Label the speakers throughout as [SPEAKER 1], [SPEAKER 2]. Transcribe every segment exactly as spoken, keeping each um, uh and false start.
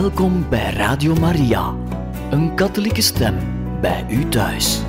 [SPEAKER 1] Welkom bij Radio Maria, een katholieke stem bij u thuis.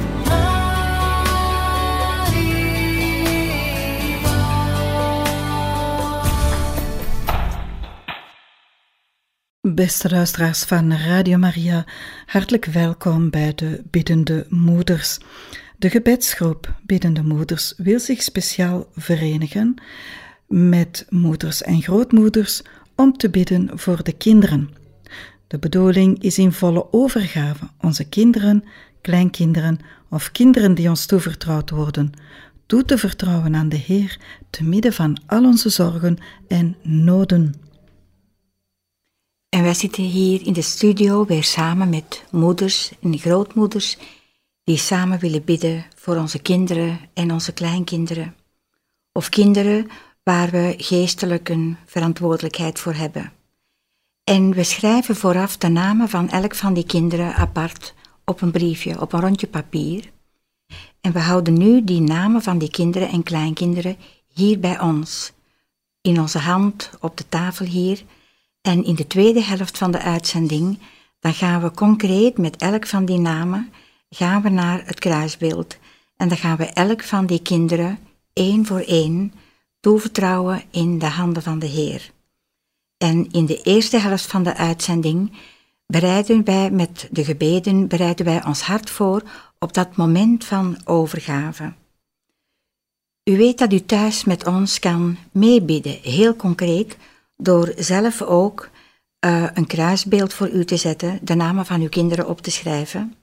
[SPEAKER 2] Beste luisteraars van Radio Maria, hartelijk welkom bij de Biddende Moeders. De gebedsgroep Biddende Moeders wil zich speciaal verenigen met moeders en grootmoeders om te bidden voor de kinderen. De bedoeling is in volle overgave onze kinderen, kleinkinderen of kinderen die ons toevertrouwd worden, toe te vertrouwen aan de Heer te midden van al onze zorgen en noden.
[SPEAKER 3] En wij zitten hier in de studio weer samen met moeders en grootmoeders die samen willen bidden voor onze kinderen en onze kleinkinderen. Of kinderen waar we geestelijk een verantwoordelijkheid voor hebben. En we schrijven vooraf de namen van elk van die kinderen apart op een briefje, op een rondje papier. En we houden nu die namen van die kinderen en kleinkinderen hier bij ons, in onze hand, op de tafel hier. En in de tweede helft van de uitzending, dan gaan we concreet met elk van die namen, gaan we naar het kruisbeeld. En dan gaan we elk van die kinderen, één voor één, toevertrouwen in de handen van de Heer. En in de eerste helft van de uitzending bereiden wij met de gebeden, bereiden wij ons hart voor op dat moment van overgave. U weet dat u thuis met ons kan meebidden, heel concreet, door zelf ook uh, een kruisbeeld voor u te zetten, de namen van uw kinderen op te schrijven.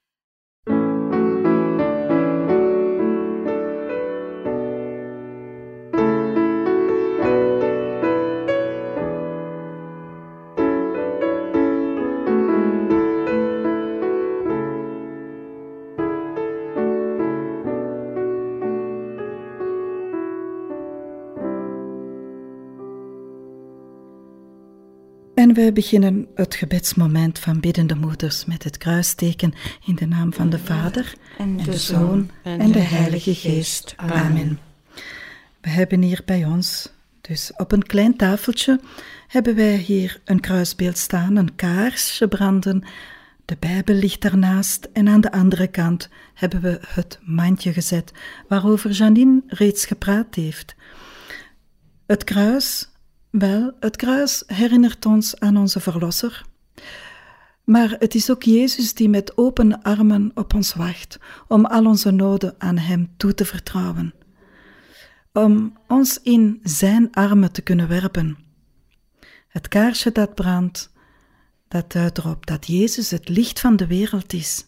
[SPEAKER 2] En we beginnen het gebedsmoment van Biddende Moeders met het kruisteken in de naam van de Vader en de Zoon en de Heilige Geest. Amen. We hebben hier bij ons, dus op een klein tafeltje, hebben wij hier een kruisbeeld staan, een kaarsje branden. De Bijbel ligt daarnaast en aan de andere kant hebben we het mandje gezet waarover Janine reeds gepraat heeft. Het kruis... Wel, het kruis herinnert ons aan onze Verlosser. Maar het is ook Jezus die met open armen op ons wacht, om al onze noden aan Hem toe te vertrouwen. Om ons in Zijn armen te kunnen werpen. Het kaarsje dat brandt, dat duidt erop dat Jezus het licht van de wereld is.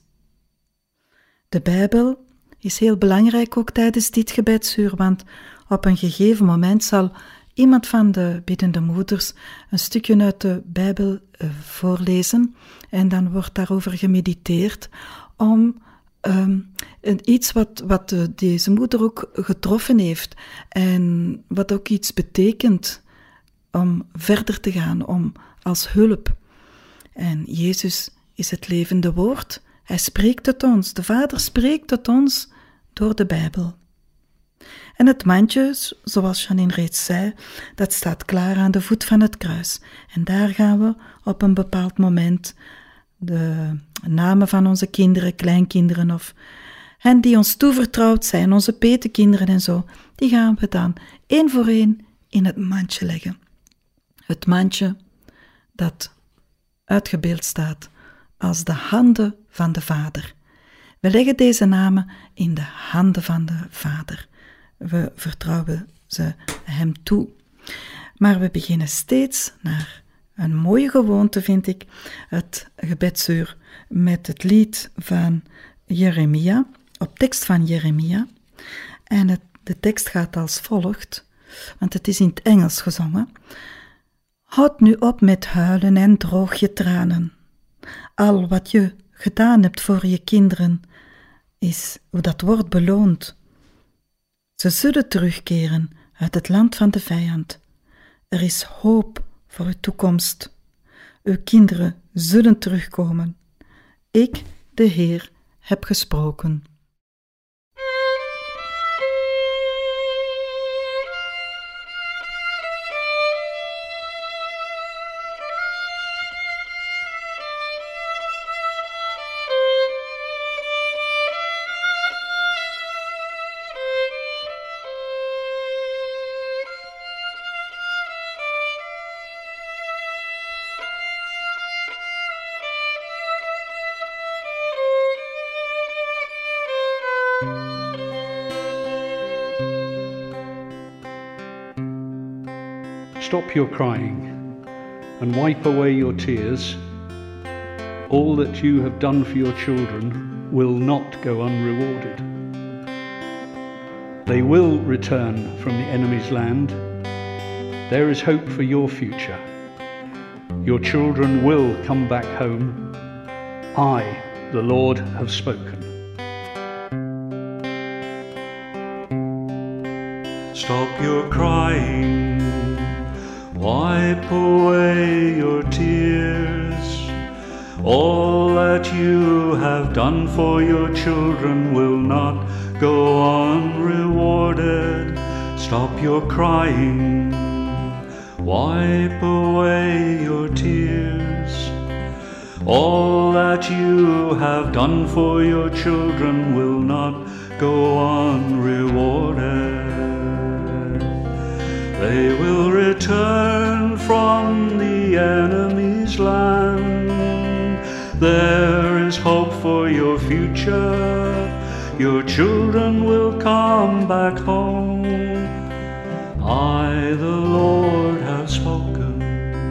[SPEAKER 2] De Bijbel is heel belangrijk ook tijdens dit gebedsuur, want op een gegeven moment zal iemand van de biddende moeders een stukje uit de Bijbel uh, voorlezen en dan wordt daarover gemediteerd om um, iets wat, wat uh, deze moeder ook getroffen heeft en wat ook iets betekent om verder te gaan, om als hulp. En Jezus is het levende woord. Hij spreekt het ons. De Vader spreekt het ons door de Bijbel. En het mandje, zoals Janine reeds zei, dat staat klaar aan de voet van het kruis. En daar gaan we op een bepaald moment de namen van onze kinderen, kleinkinderen of hen die ons toevertrouwd zijn, onze petekinderen en zo, die gaan we dan één voor één in het mandje leggen. Het mandje dat uitgebeeld staat als de handen van de Vader. We leggen deze namen in de handen van de Vader. We vertrouwen ze Hem toe. Maar we beginnen steeds naar een mooie gewoonte, vind ik, het gebedsuur met het lied van Jeremia, op tekst van Jeremia. En het, de tekst gaat als volgt, want het is in het Engels gezongen. Houd nu op met huilen en droog je tranen. Al wat je gedaan hebt voor je kinderen, is hoe dat wordt beloond. Ze zullen terugkeren uit het land van de vijand. Er is hoop voor uw toekomst. Uw kinderen zullen terugkomen. Ik, de Heer, heb gesproken.
[SPEAKER 4] Stop your crying and wipe away your tears. All that you have done for your children will not go unrewarded. They will return from the enemy's land. There is hope for your future. Your children will come back home. I, the Lord, have spoken.
[SPEAKER 5] Stop your crying, wipe away your tears. All that you have done for your children will not go unrewarded. Stop your crying, wipe away your tears. All that you have done for your children will not go unrewarded. They will return from the enemy's land. There is hope for your future. Your children will come back home. I, the Lord, have spoken.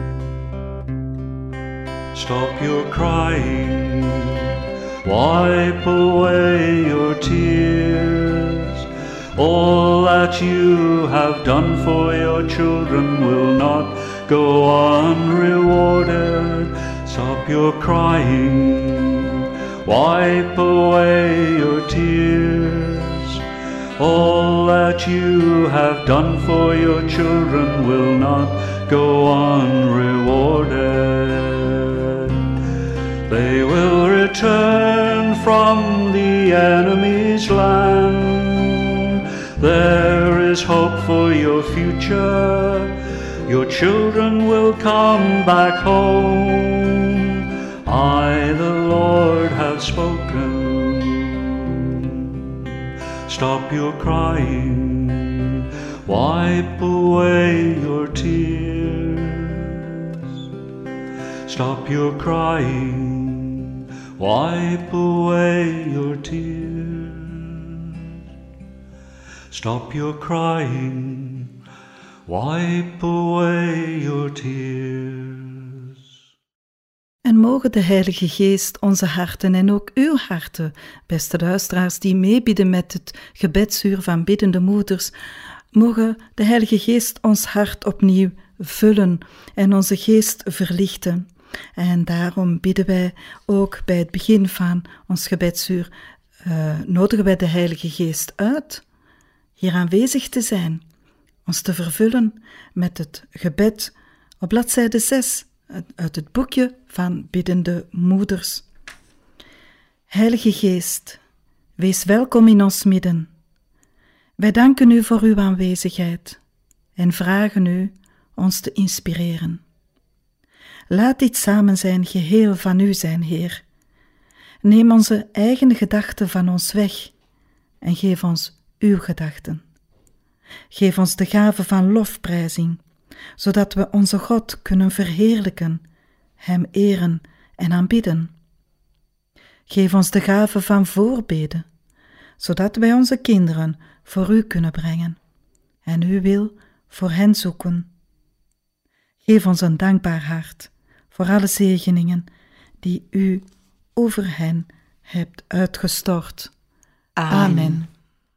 [SPEAKER 5] Stop your crying, wipe away your tears. All that you have done for your children will not go unrewarded. Stop your crying, wipe away your tears. All that you have done for your children will not go unrewarded. They will return from the enemy's land. There is hope for your future. Your children will come back home. I, the Lord, have spoken. Stop your crying, wipe away your tears. Stop your crying, wipe away your tears. Stop your crying, wipe away your tears.
[SPEAKER 2] En mogen de Heilige Geest onze harten en ook uw harten, beste luisteraars die meebidden met het gebedsuur van biddende moeders, mogen de Heilige Geest ons hart opnieuw vullen en onze geest verlichten. En daarom bidden wij ook bij het begin van ons gebedsuur, uh, nodigen wij de Heilige Geest uit hier aanwezig te zijn, ons te vervullen met het gebed op bladzijde zes uit het boekje van biddende moeders. Heilige Geest, wees welkom in ons midden. Wij danken u voor uw aanwezigheid en vragen u ons te inspireren. Laat dit samen zijn geheel van u zijn, Heer. Neem onze eigen gedachten van ons weg en geef ons uw gedachten. Geef ons de gave van lofprijzing, zodat we onze God kunnen verheerlijken, hem eren en aanbidden. Geef ons de gave van voorbeden, zodat wij onze kinderen voor u kunnen brengen en uw wil voor hen zoeken. Geef ons een dankbaar hart voor alle zegeningen die u over hen hebt uitgestort. Amen. Amen.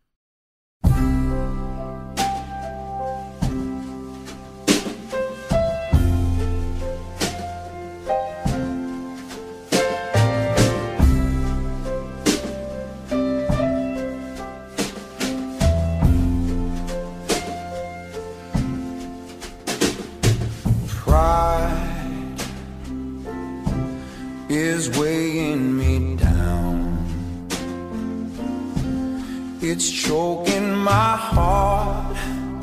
[SPEAKER 6] Is weighing me down. It's choking my heart.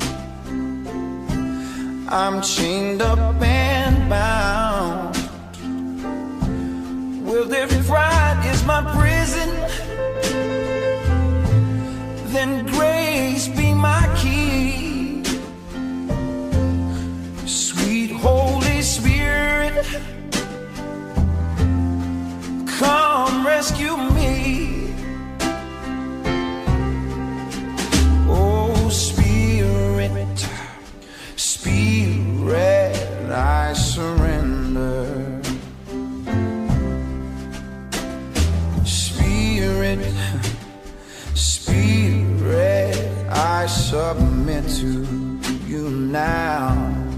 [SPEAKER 6] I'm chained up and bound. Well, if pride is my prison, then grace be my key. Sweet Holy Spirit, come rescue me. Oh, Spirit, Spirit it to you now.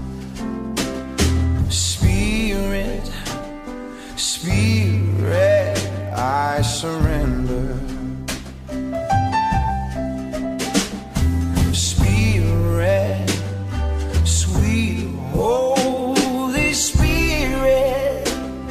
[SPEAKER 6] Spirit, Spirit, I surrender. Spirit, sweet Holy Spirit,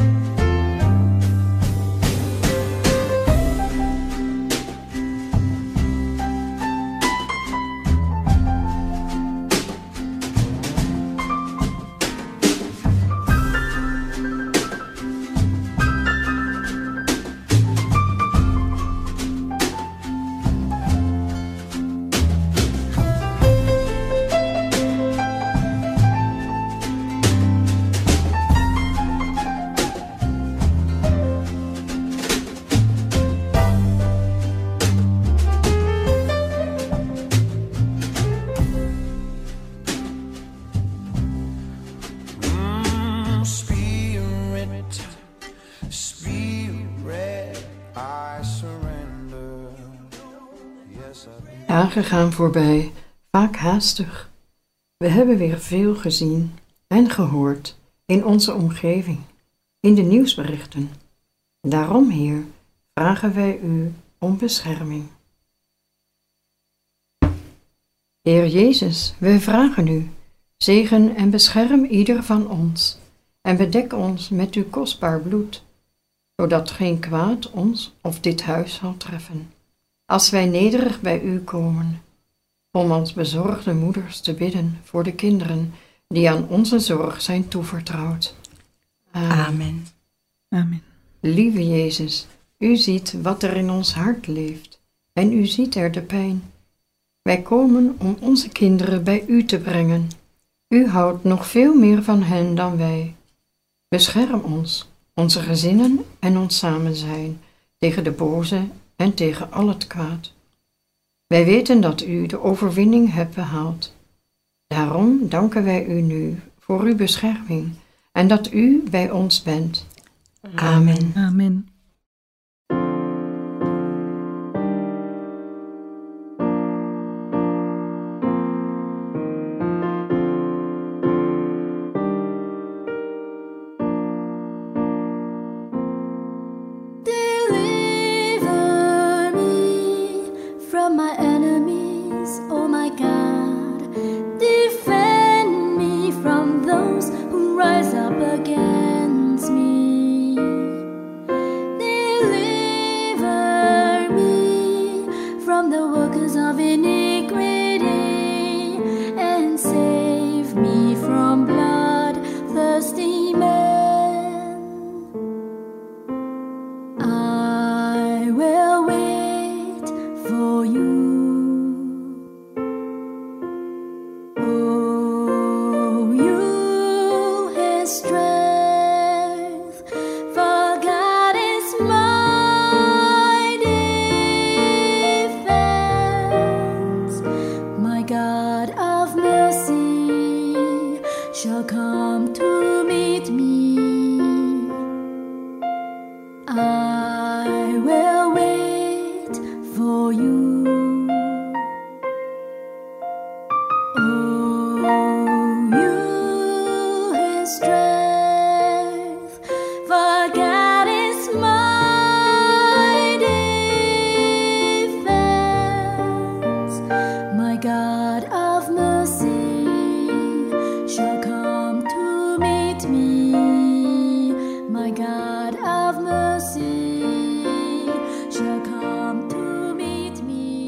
[SPEAKER 6] mm, Spirit, Spirit, I surrender. Yes, I do.
[SPEAKER 7] Dagen gaan voorbij, vaak haastig. We hebben weer veel gezien en gehoord in onze omgeving, in de nieuwsberichten. Daarom, Heer, vragen wij u om bescherming. Heer Jezus, wij vragen u, zegen en bescherm ieder van ons en bedek ons met uw kostbaar bloed, zodat geen kwaad ons of dit huis zal treffen. Als wij nederig bij u komen, om als bezorgde moeders te bidden voor de kinderen die aan onze zorg zijn toevertrouwd. Amen.
[SPEAKER 3] Amen.
[SPEAKER 2] Amen.
[SPEAKER 7] Lieve Jezus, u ziet wat er in ons hart leeft en u ziet er de pijn. Wij komen om onze kinderen bij u te brengen. U houdt nog veel meer van hen dan wij. Bescherm ons, onze gezinnen en ons samenzijn tegen de boze en tegen al het kwaad. Wij weten dat u de overwinning hebt behaald. Daarom danken wij u nu voor uw bescherming en dat u bij ons bent. Amen.
[SPEAKER 2] Amen.
[SPEAKER 8] Deliver me from my enemies, oh my God. Defend me from those who rise up against me. Deliver me from the workers of iniquity and save me from bloodthirsty men. I will wait for you. Oh, you his strength, for God is my defense. My God of mercy shall come to meet me. I will wait for you. Oh, you his strength, for God is my defense. My God of mercy shall come to meet me. My God of mercy shall come to meet me.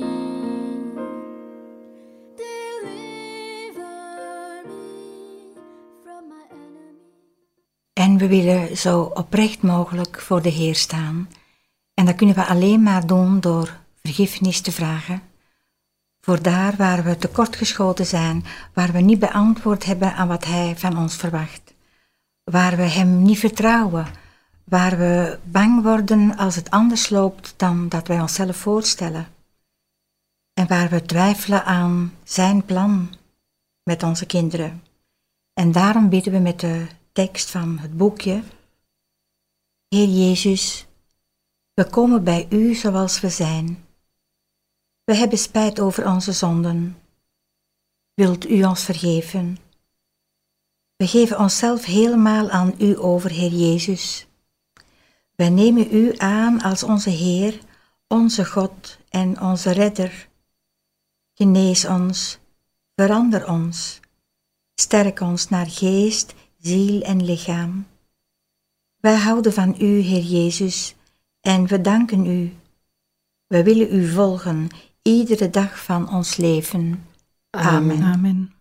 [SPEAKER 8] Deliver me from my enemy.
[SPEAKER 3] En we willen zo oprecht mogelijk voor de Heer staan. En dat kunnen we alleen maar doen door vergiffenis te vragen. Voor daar waar we tekortgeschoten zijn, waar we niet beantwoord hebben aan wat Hij van ons verwacht. Waar we Hem niet vertrouwen, waar we bang worden als het anders loopt dan dat wij onszelf voorstellen. En waar we twijfelen aan zijn plan met onze kinderen. En daarom bidden we met de tekst van het boekje: Heer Jezus, we komen bij u zoals we zijn. We hebben spijt over onze zonden. wilt u ons vergeven. We geven onszelf helemaal aan u over, Heer Jezus. Wij nemen u aan als onze Heer, onze God en onze Redder. Genees ons, verander ons, sterk ons naar geest, ziel en lichaam. Wij houden van u, Heer Jezus, en we danken u. We willen u volgen, iedere dag van ons leven. Amen.
[SPEAKER 2] Amen.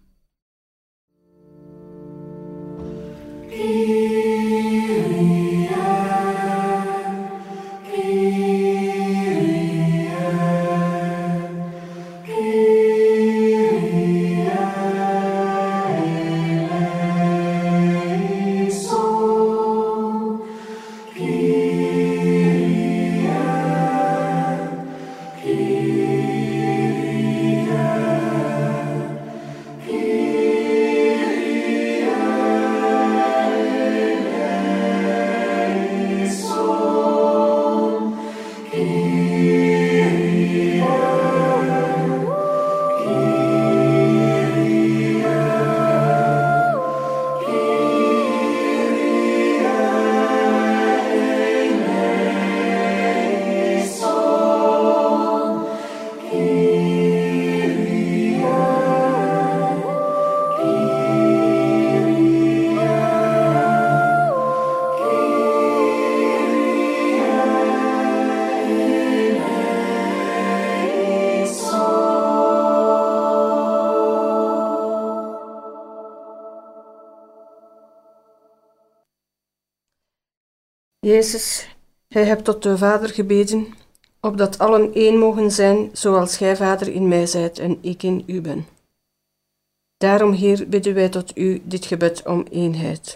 [SPEAKER 9] Jezus, gij hebt tot de Vader gebeden, opdat allen één mogen zijn, zoals gij, Vader, in mij zijt en ik in u ben. Daarom, Heer, bidden wij tot u dit gebed om eenheid.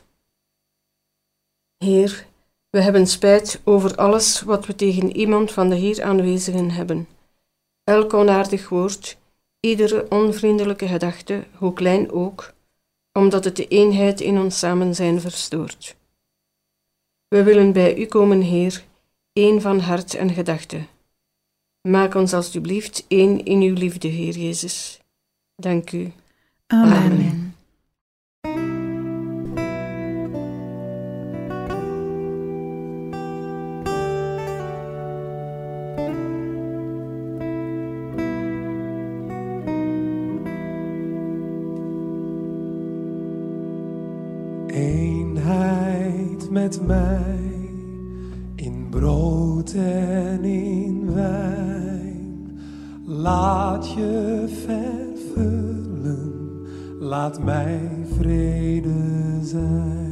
[SPEAKER 9] Heer, we hebben spijt over alles wat we tegen iemand van de hier aanwezigen hebben. Elk onaardig woord, iedere onvriendelijke gedachte, hoe klein ook, omdat het de eenheid in ons samen zijn verstoort. We willen bij u komen, Heer, één van hart en gedachte. Maak ons alstublieft één in uw liefde, Heer Jezus. Dank u.
[SPEAKER 2] Amen.
[SPEAKER 3] Amen.
[SPEAKER 6] Eenheid met mij, in brood en in wijn. Laat je vervullen, laat mij vrede zijn.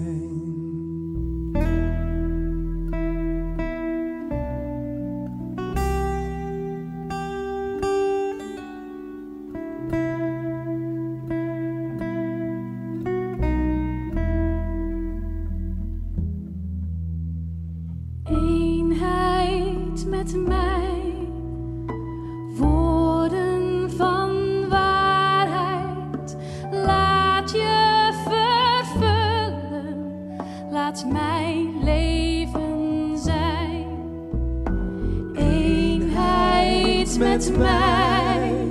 [SPEAKER 8] Eenheid met mij, woorden van waarheid, laat je vervullen, laat mij leven zijn. Eenheid met mij,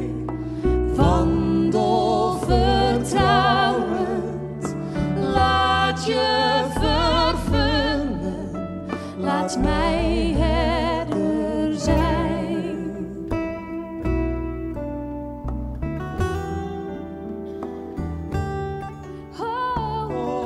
[SPEAKER 8] wandel vertrouwend, laat je vervullen, laat mij herder zijn. Oh, oh,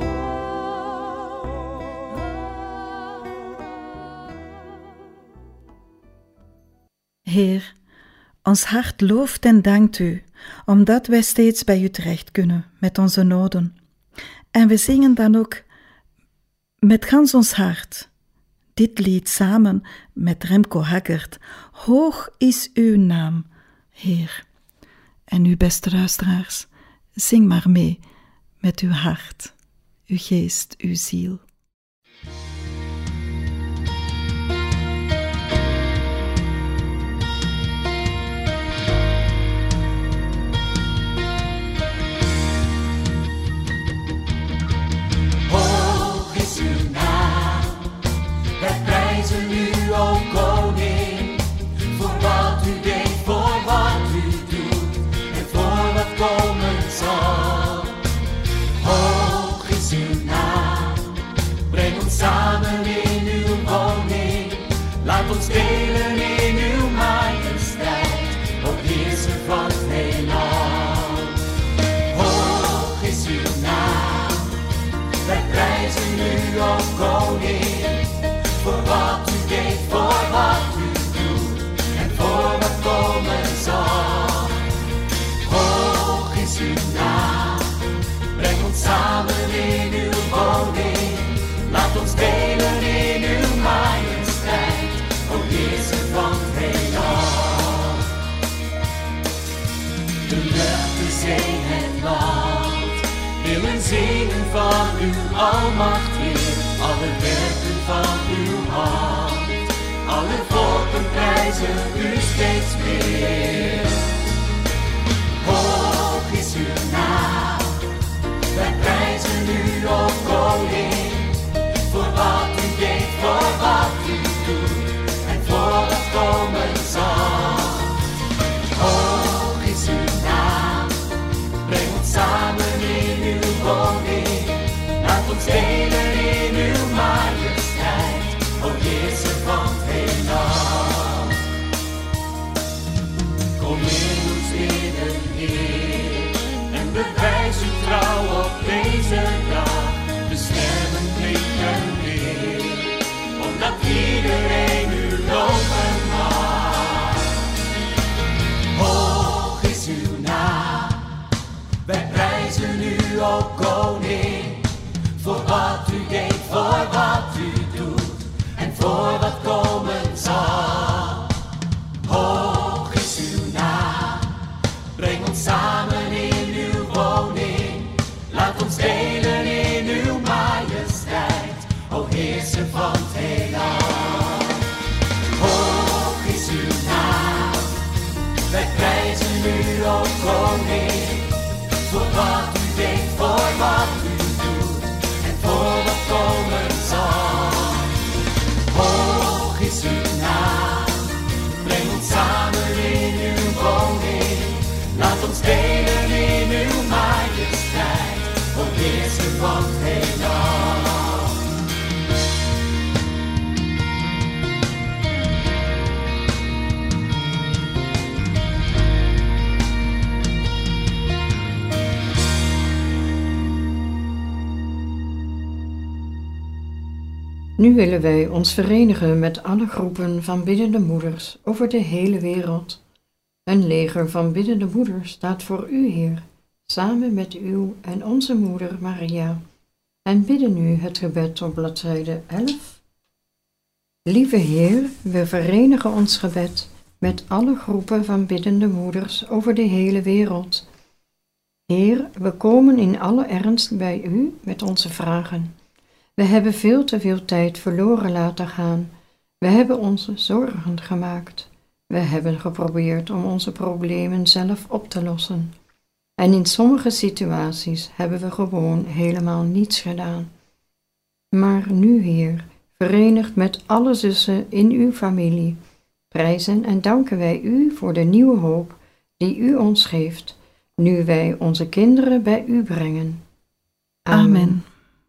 [SPEAKER 2] Heer, ons hart looft en dankt u, omdat wij steeds bij u terecht kunnen met onze noden. En we zingen dan ook met gans ons hart dit lied samen met Remco Haggert. Hoog is uw naam, Heer. En u, beste luisteraars, zing maar mee met uw hart, uw geest, uw ziel.
[SPEAKER 10] Hoog is uw naam, wij prijzen u, o koning, voor wat u deed, voor wat u doet en voor wat komen zal. is uw naam. Breng ons samen in uw woning. Laat ons delen in uw majesteit. O heerser van het heelal. Hoog is uw naam. Wij prijzen u, o koning. Voor wat u deed, voor wat u doet. En voor wat komen zal. Hoog is uw naam. Breng ons samen in uw woning. Laat ons delen in uw majesteit. O heerser van het heelal. De lucht, de zee, het land willen zingen van uw almacht, Heer. Alle werken van uw hand. Alle volken prijzen u steeds meer. Hoog is uw naam. Wij prijzen u, o koning. Voor wat u deed, voor wat u doet. En voor wat komen zal. Hoog is uw naam. Breng ons samen in uw woning. Laat ons delen in uw majesteit. O heerser van het heelal. Kom in ons midden, Heer. En bewijs uw trouw op deze dag. Beschermen klinken weer. Omdat iedereen u loven mag. Hoog is uw naam. Wij prijzen u, o koning. Voor wat u deed, voor wat u doet. En voor wat komen zal. Hoog is uw naam. Breng ons samen in uw woning. Laat ons delen in uw majesteit. O heerser van het heelal. Hoog is uw naam. Wij prijzen u, o koning. Voor wat u deed, voor wat u doet. En voor wat komen zal. Hoog is uw naam. Breng ons samen in uw woning. Laat ons delen in uw majesteit. O heerser van het heelal.
[SPEAKER 7] Nu willen wij ons verenigen met alle groepen van biddende moeders over de hele wereld. Een leger van biddende moeders staat voor u, Heer, samen met uw en onze moeder Maria, en bidden nu het gebed op bladzijde elf. Lieve Heer, we verenigen ons gebed met alle groepen van biddende moeders over de hele wereld. Heer, we komen in alle ernst bij u met onze vragen. We hebben veel te veel tijd verloren laten gaan. We hebben ons zorgen gemaakt. We hebben geprobeerd om onze problemen zelf op te lossen. En in sommige situaties hebben we gewoon helemaal niets gedaan. Maar nu, Heer, verenigd met alle zussen in uw familie, prijzen en danken wij u voor de nieuwe hoop die u ons geeft, nu wij onze kinderen bij u brengen. Amen.
[SPEAKER 2] Amen.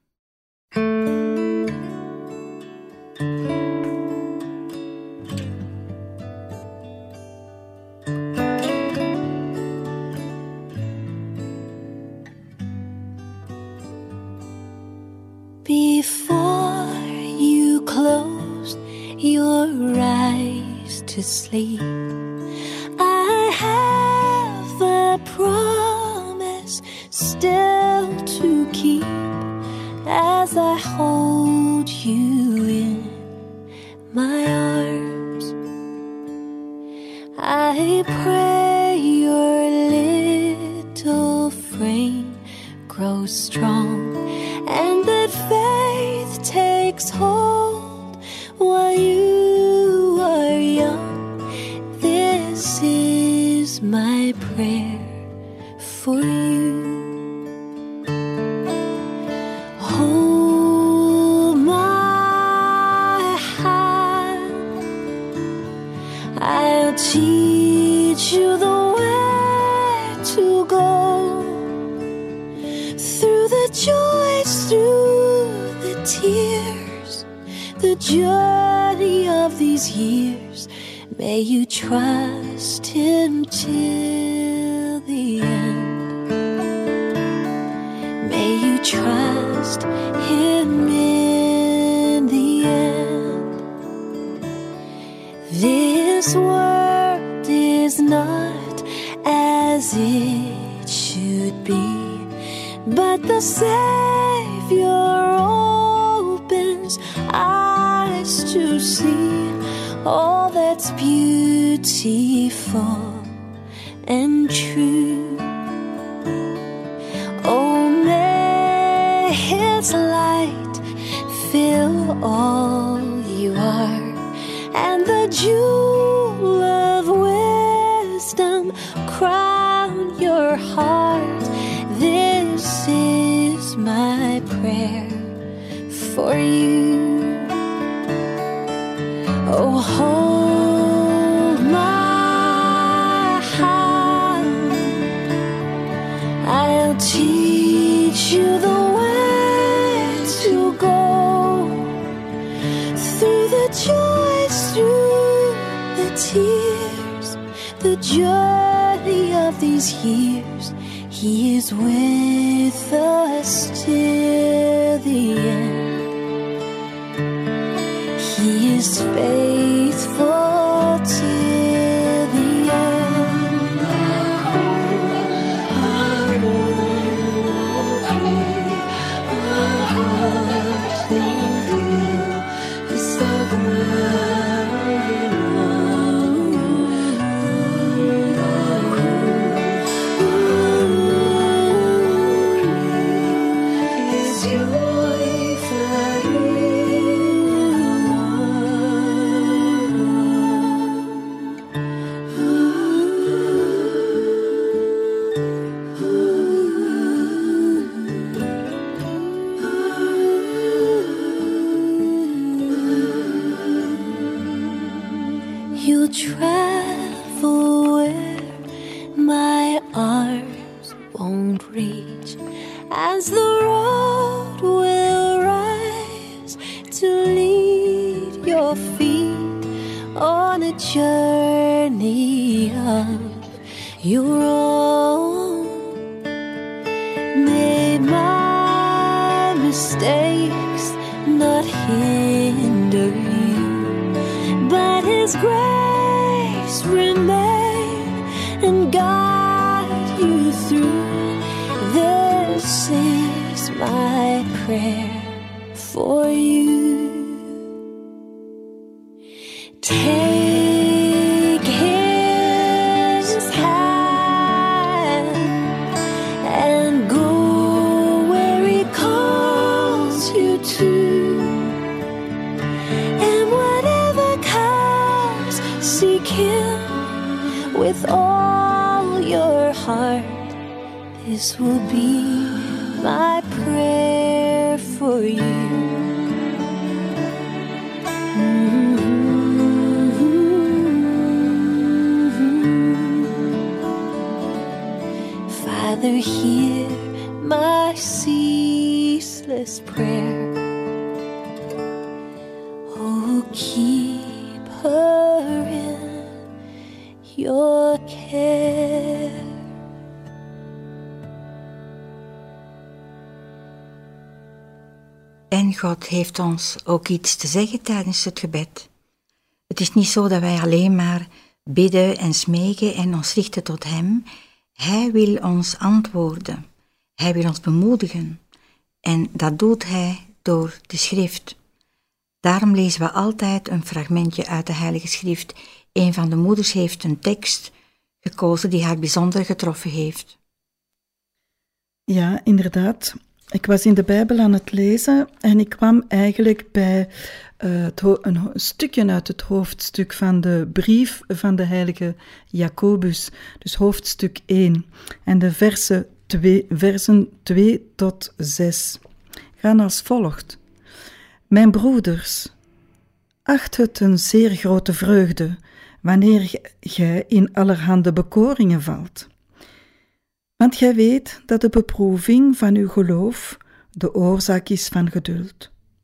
[SPEAKER 8] Before you closed your eyes to sleep, I have a promise still to keep as I hold you in my arms. I pray your little frame grows strong and that faith takes hold while you are young. This is my prayer for you. Hold my hand, I'll teach you the way to go through the joys, through tears, the journey of these years. May you trust Him till the end. May you trust Him in the end. This world is not as it should be, but the Savior opens eyes to see all that's beautiful and true. Oh, may His light fill all you are, and the jewel of wisdom crown your heart. This is my prayer for you. Oh, hold my hand, I'll teach you the way to go, through the joys, through the tears, the journey of these years. He is with us till the end. He is faithful till the end. Our hearts will feel the Is joy for you. You'll travel where my arms won't reach, as the road will rise to lead your feet on a journey of your own. May my mistakes not hinder you, but His grace remain and guide you through. This is my prayer for you. Take His hand and go where He calls you to. And whatever comes, seek Him with all your heart. This will be my prayer for you. Father, hear my ceaseless prayer. Oh, keep her in your care.
[SPEAKER 3] En God heeft ons ook iets te zeggen tijdens het gebed. Het is niet zo dat wij alleen maar bidden en smeken en ons richten tot Hem. Hij wil ons antwoorden. Hij wil ons bemoedigen. En dat doet Hij door de schrift. Daarom lezen we altijd een fragmentje uit de Heilige Schrift. Een van de moeders heeft een tekst gekozen die haar bijzonder getroffen heeft.
[SPEAKER 2] Ja, inderdaad. Ik was in de Bijbel aan het lezen en ik kwam eigenlijk bij uh, het ho- een stukje uit het hoofdstuk van de brief van de heilige Jacobus, dus hoofdstuk één. En de versen twee, versen twee tot zes gaan als volgt. Mijn broeders, acht het een zeer grote vreugde wanneer gij in allerhande bekoringen valt. Want gij weet dat de beproeving van uw geloof de oorzaak is van geduld.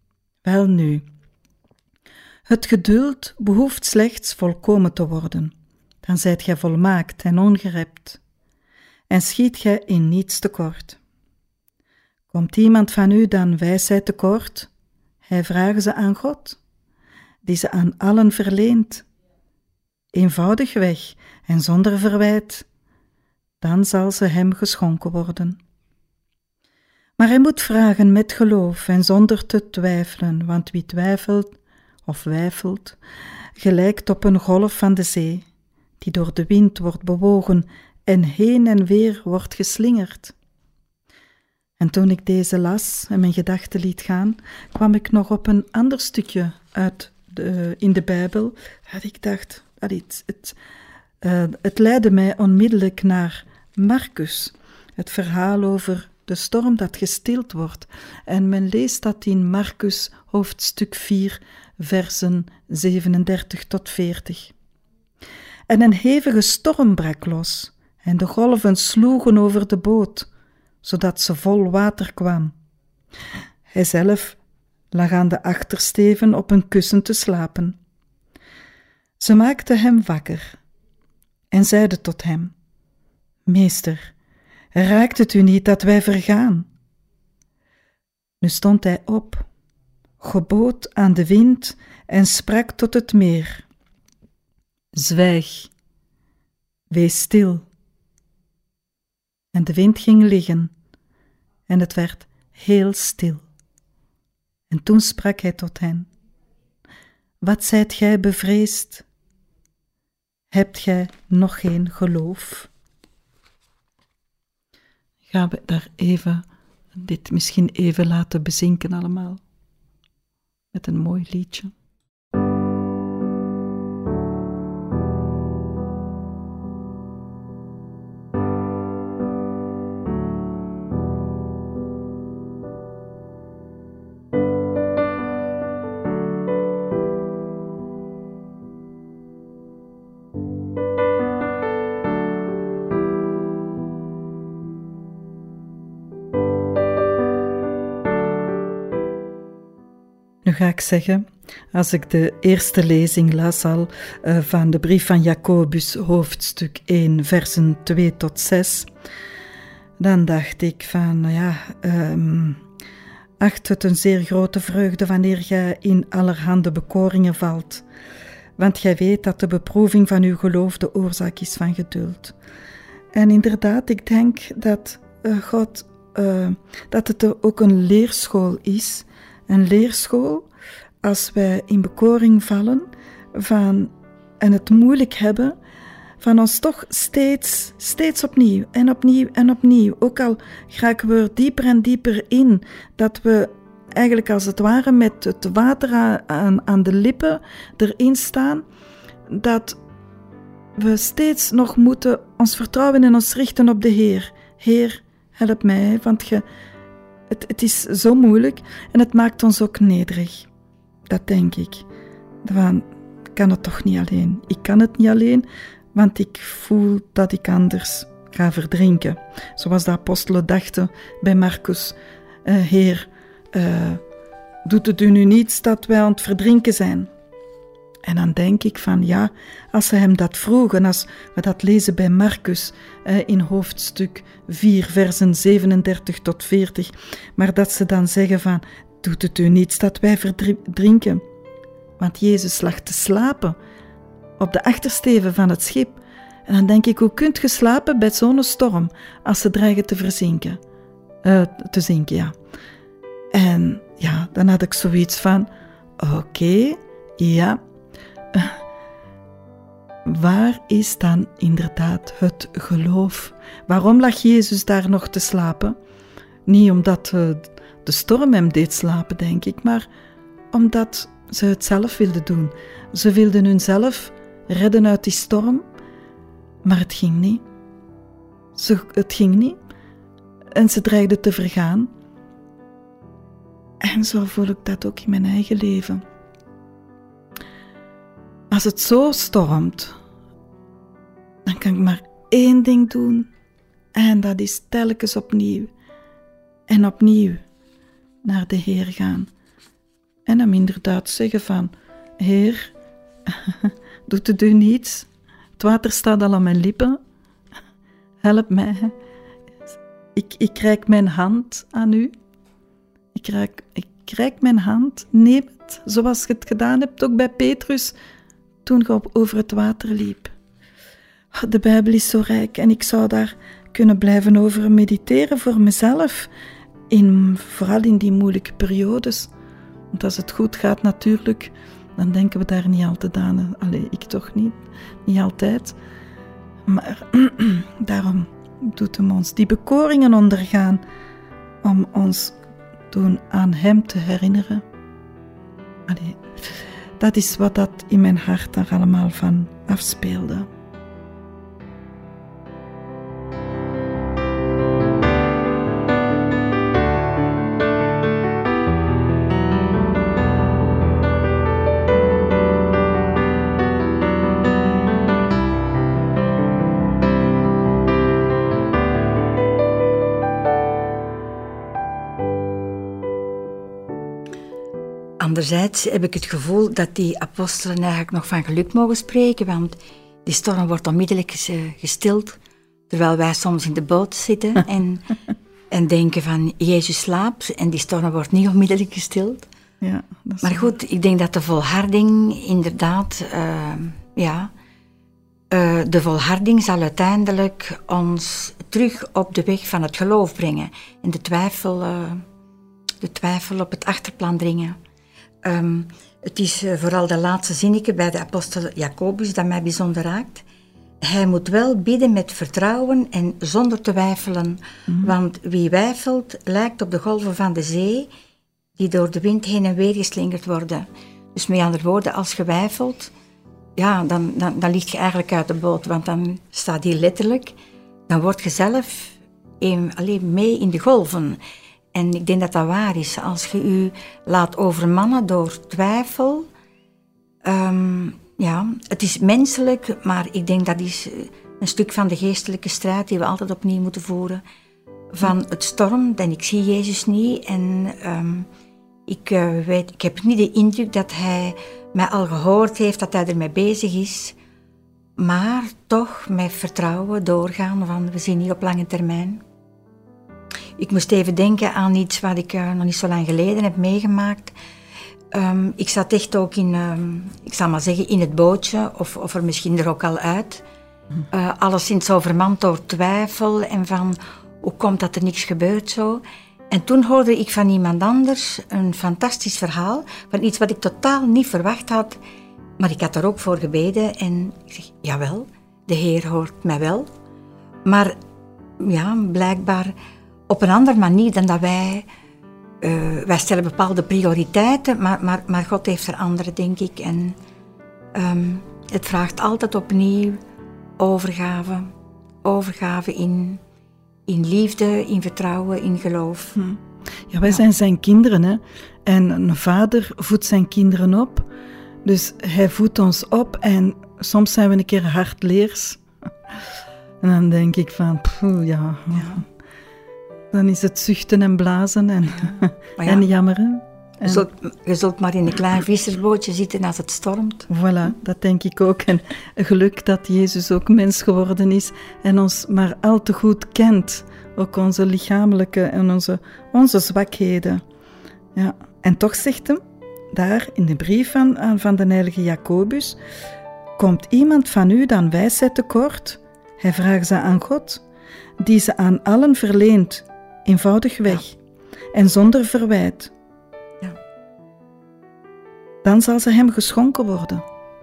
[SPEAKER 2] Welnu, het geduld behoeft slechts volkomen te worden. Dan zijt gij volmaakt en ongerept, en schiet gij in niets tekort. Komt iemand van u dan wijsheid tekort, hij vraagt ze aan God, die ze aan allen verleent, eenvoudigweg en zonder verwijt, dan zal ze hem geschonken worden. Maar hij moet vragen met geloof en zonder te twijfelen, want wie twijfelt of wijfelt, gelijkt op een golf van de zee, die door de wind wordt bewogen en heen en weer wordt geslingerd. En toen ik deze las en mijn gedachten liet gaan, kwam ik nog op een ander stukje uit de, in de Bijbel, dat ik dacht, dat het, het, uh, het leidde mij onmiddellijk naar Marcus, het verhaal over de storm dat gestild wordt. En men leest dat in Marcus hoofdstuk vier, versen zevenendertig tot veertig. En een hevige storm brak los, en de golven sloegen over de boot, zodat ze vol water kwam. Hij zelf lag aan de achtersteven op een kussen te slapen. Ze maakte hem wakker en zeide tot hem: Meester, raakt het u niet dat wij vergaan? Nu stond hij op, gebood aan de wind en sprak tot het meer: Zwijg, wees stil. En de wind ging liggen en het werd heel stil. En toen sprak hij tot hen: Wat zijt gij bevreesd? Hebt gij nog geen geloof? Gaan we daar even, dit misschien even laten bezinken allemaal, met een mooi liedje. Nu ga ik zeggen, als ik de eerste lezing las al uh, van de brief van Jacobus, hoofdstuk één, versen twee tot zes, dan dacht ik van, nou ja, um, acht het een zeer grote vreugde wanneer gij in allerhande bekoringen valt, want gij weet dat de beproeving van uw geloof de oorzaak is van geduld. En inderdaad, ik denk dat uh, God, uh, dat het ook een leerschool is, een leerschool als wij in bekoring vallen van, en het moeilijk hebben, van ons toch steeds, steeds opnieuw en opnieuw en opnieuw, ook al raken we er dieper en dieper in, dat we eigenlijk als het ware met het water aan, aan de lippen erin staan, dat we steeds nog moeten ons vertrouwen en ons richten op de Heer. Heer, help mij, want je, het, het is zo moeilijk en het maakt ons ook nederig. Dat denk ik. Van, ik kan het toch niet alleen. Ik kan het niet alleen, want ik voel dat ik anders ga verdrinken. Zoals de apostelen dachten bij Marcus. Uh, Heer, uh, doet het u nu niets dat wij aan het verdrinken zijn? En dan denk ik van, ja, als ze hem dat vroegen, als we dat lezen bij Marcus uh, in hoofdstuk vier, versen zevenendertig tot veertig, maar dat ze dan zeggen van, doet het u niets dat wij verdrinken? Want Jezus lag te slapen op de achtersteven van het schip. En dan denk ik, hoe kunt je slapen bij zo'n storm als ze dreigen te verzinken? Uh, te zinken, ja. En ja, dan had ik zoiets van, oké, okay, ja. Uh, waar is dan inderdaad het geloof? Waarom lag Jezus daar nog te slapen? Niet omdat uh, de storm hem deed slapen, denk ik, maar omdat ze het zelf wilden doen. Ze wilden hunzelf redden uit die storm, maar het ging niet. Ze, het ging niet. En ze dreigden te vergaan. En zo voel ik dat ook in mijn eigen leven. Als het zo stormt, dan kan ik maar één ding doen. En dat is telkens opnieuw en opnieuw naar de Heer gaan. En hem inderdaad zeggen van, Heer, doet het u niets? Het water staat al aan mijn lippen. Help mij. Ik, ik reik mijn hand aan u. Ik reik, ik reik mijn hand. Neem het, zoals je het gedaan hebt, ook bij Petrus, toen je over het water liep. De Bijbel is zo rijk en ik zou daar kunnen blijven over mediteren voor mezelf. In, vooral in die moeilijke periodes. Want als het goed gaat natuurlijk, dan denken we daar niet altijd aan. Allee, ik toch niet. Niet altijd. Maar daarom doet hem ons die bekoringen ondergaan. Om ons toen aan hem te herinneren. Allee, dat is wat dat in mijn hart daar allemaal van afspeelde.
[SPEAKER 3] Anderzijds heb ik het gevoel dat die apostelen eigenlijk nog van geluk mogen spreken, want die storm wordt onmiddellijk gestild, terwijl wij soms in de boot zitten en, en denken van Jezus slaapt en die storm wordt niet onmiddellijk gestild.
[SPEAKER 2] Ja, dat is
[SPEAKER 3] maar goed, ik denk dat de volharding inderdaad, uh, ja, uh, de volharding zal uiteindelijk ons terug op de weg van het geloof brengen en de twijfel, uh, de twijfel op het achterplan dringen. Um, het is uh, vooral de laatste zinnetje bij de apostel Jacobus dat mij bijzonder raakt. Hij moet wel bidden met vertrouwen en zonder te twijfelen, mm-hmm. want wie wijfelt lijkt op de golven van de zee die door de wind heen en weer geslingerd worden. Dus met andere woorden, als je wijfelt, ja, dan, dan, dan lig je eigenlijk uit de boot, want dan staat die letterlijk, dan word je zelf een, alleen mee in de golven. En ik denk dat dat waar is. Als je je laat overmannen door twijfel, um, ja, het is menselijk, maar ik denk dat is een stuk van de geestelijke strijd die we altijd opnieuw moeten voeren. Van het stormt en ik zie Jezus niet en um, ik, uh, weet, ik heb niet de indruk dat hij mij al gehoord heeft, dat hij ermee bezig is. Maar toch met vertrouwen doorgaan van we zien niet op lange termijn. Ik moest even denken aan iets wat ik uh, nog niet zo lang geleden heb meegemaakt. Um, ik zat echt ook in, um, ik zal maar zeggen, in het bootje, of, of er misschien er ook al uit. Uh, alleszins overmand door twijfel en van hoe komt dat er niks gebeurt zo. En toen hoorde ik van iemand anders een fantastisch verhaal van iets wat ik totaal niet verwacht had. Maar ik had daar ook voor gebeden en ik zeg, jawel, de Heer hoort mij wel. Maar ja, blijkbaar op een andere manier dan dat wij... Uh, wij stellen bepaalde prioriteiten, maar, maar, maar God heeft er andere, denk ik. En um, het vraagt altijd opnieuw overgave. Overgave in, in liefde, in vertrouwen, in geloof.
[SPEAKER 2] Hm. Ja, wij ja. zijn zijn kinderen, hè. En een vader voedt zijn kinderen op. Dus hij voedt ons op en soms zijn we een keer hardleers. En dan denk ik van, pff, ja... ja. Dan is het zuchten en blazen en, ja. ja, en jammeren.
[SPEAKER 3] Je zult, je zult maar in een klein vissersbootje zitten als het stormt.
[SPEAKER 2] Voilà, dat denk ik ook. En geluk dat Jezus ook mens geworden is en ons maar al te goed kent. Ook onze lichamelijke en onze, onze zwakheden. Ja. En toch zegt hem, daar in de brief van, van de heilige Jacobus, komt iemand van u dan wijsheid tekort? Hij vraagt ze aan God, die ze aan allen verleent, eenvoudigweg ja. en zonder verwijt.
[SPEAKER 3] Ja.
[SPEAKER 2] Dan zal ze hem geschonken worden.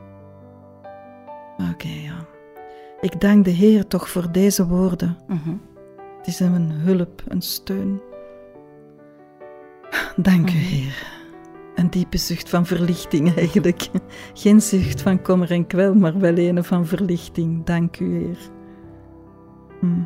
[SPEAKER 2] Oké, okay, ja. Ik dank de Heer toch voor deze woorden.
[SPEAKER 3] Mm-hmm.
[SPEAKER 2] Het is hem een hulp, een steun. Dank mm-hmm. u, Heer. Een diepe zucht van verlichting eigenlijk. Geen zucht van kommer en kwel, maar wel een van verlichting. Dank u, Heer. Mm.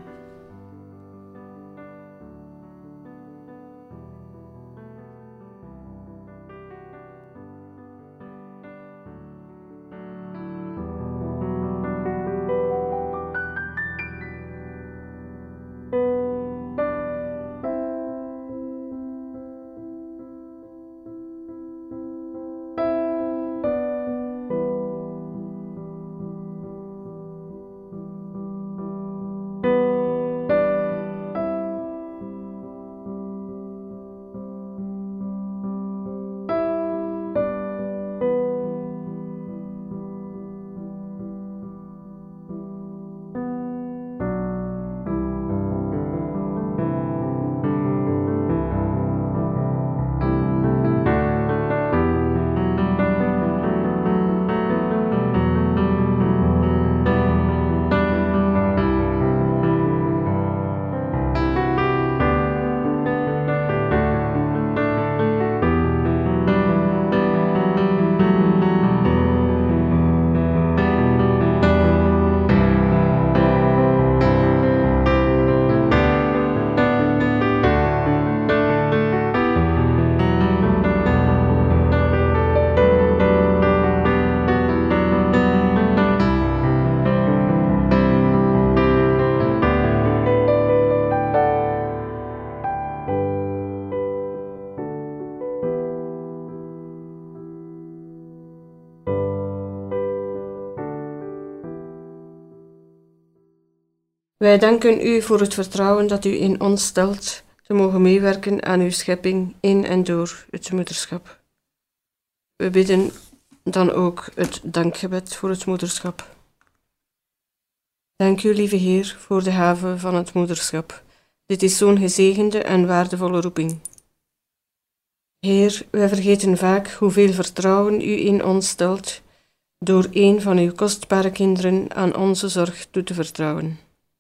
[SPEAKER 9] Wij danken u voor het vertrouwen dat u in ons stelt te mogen meewerken aan uw schepping in en door het moederschap. We bidden dan ook het dankgebed voor het moederschap. Dank u, lieve Heer, voor de gave van het moederschap. Dit is zo'n gezegende en waardevolle roeping. Heer, wij vergeten vaak hoeveel vertrouwen u in ons stelt door een van uw kostbare kinderen aan onze zorg toe te vertrouwen.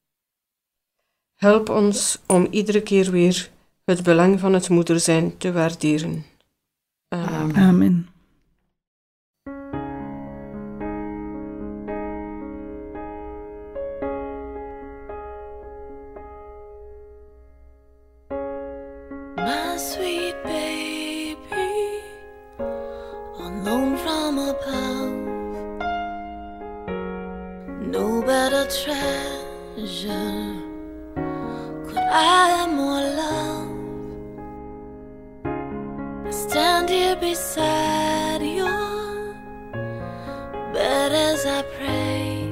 [SPEAKER 9] Help ons om iedere keer weer het belang van het moeder zijn te waarderen. Amen.
[SPEAKER 2] Amen.
[SPEAKER 8] My sweet baby, on loan from above, no better treasure could I have more love. I stand here beside your bed as I pray.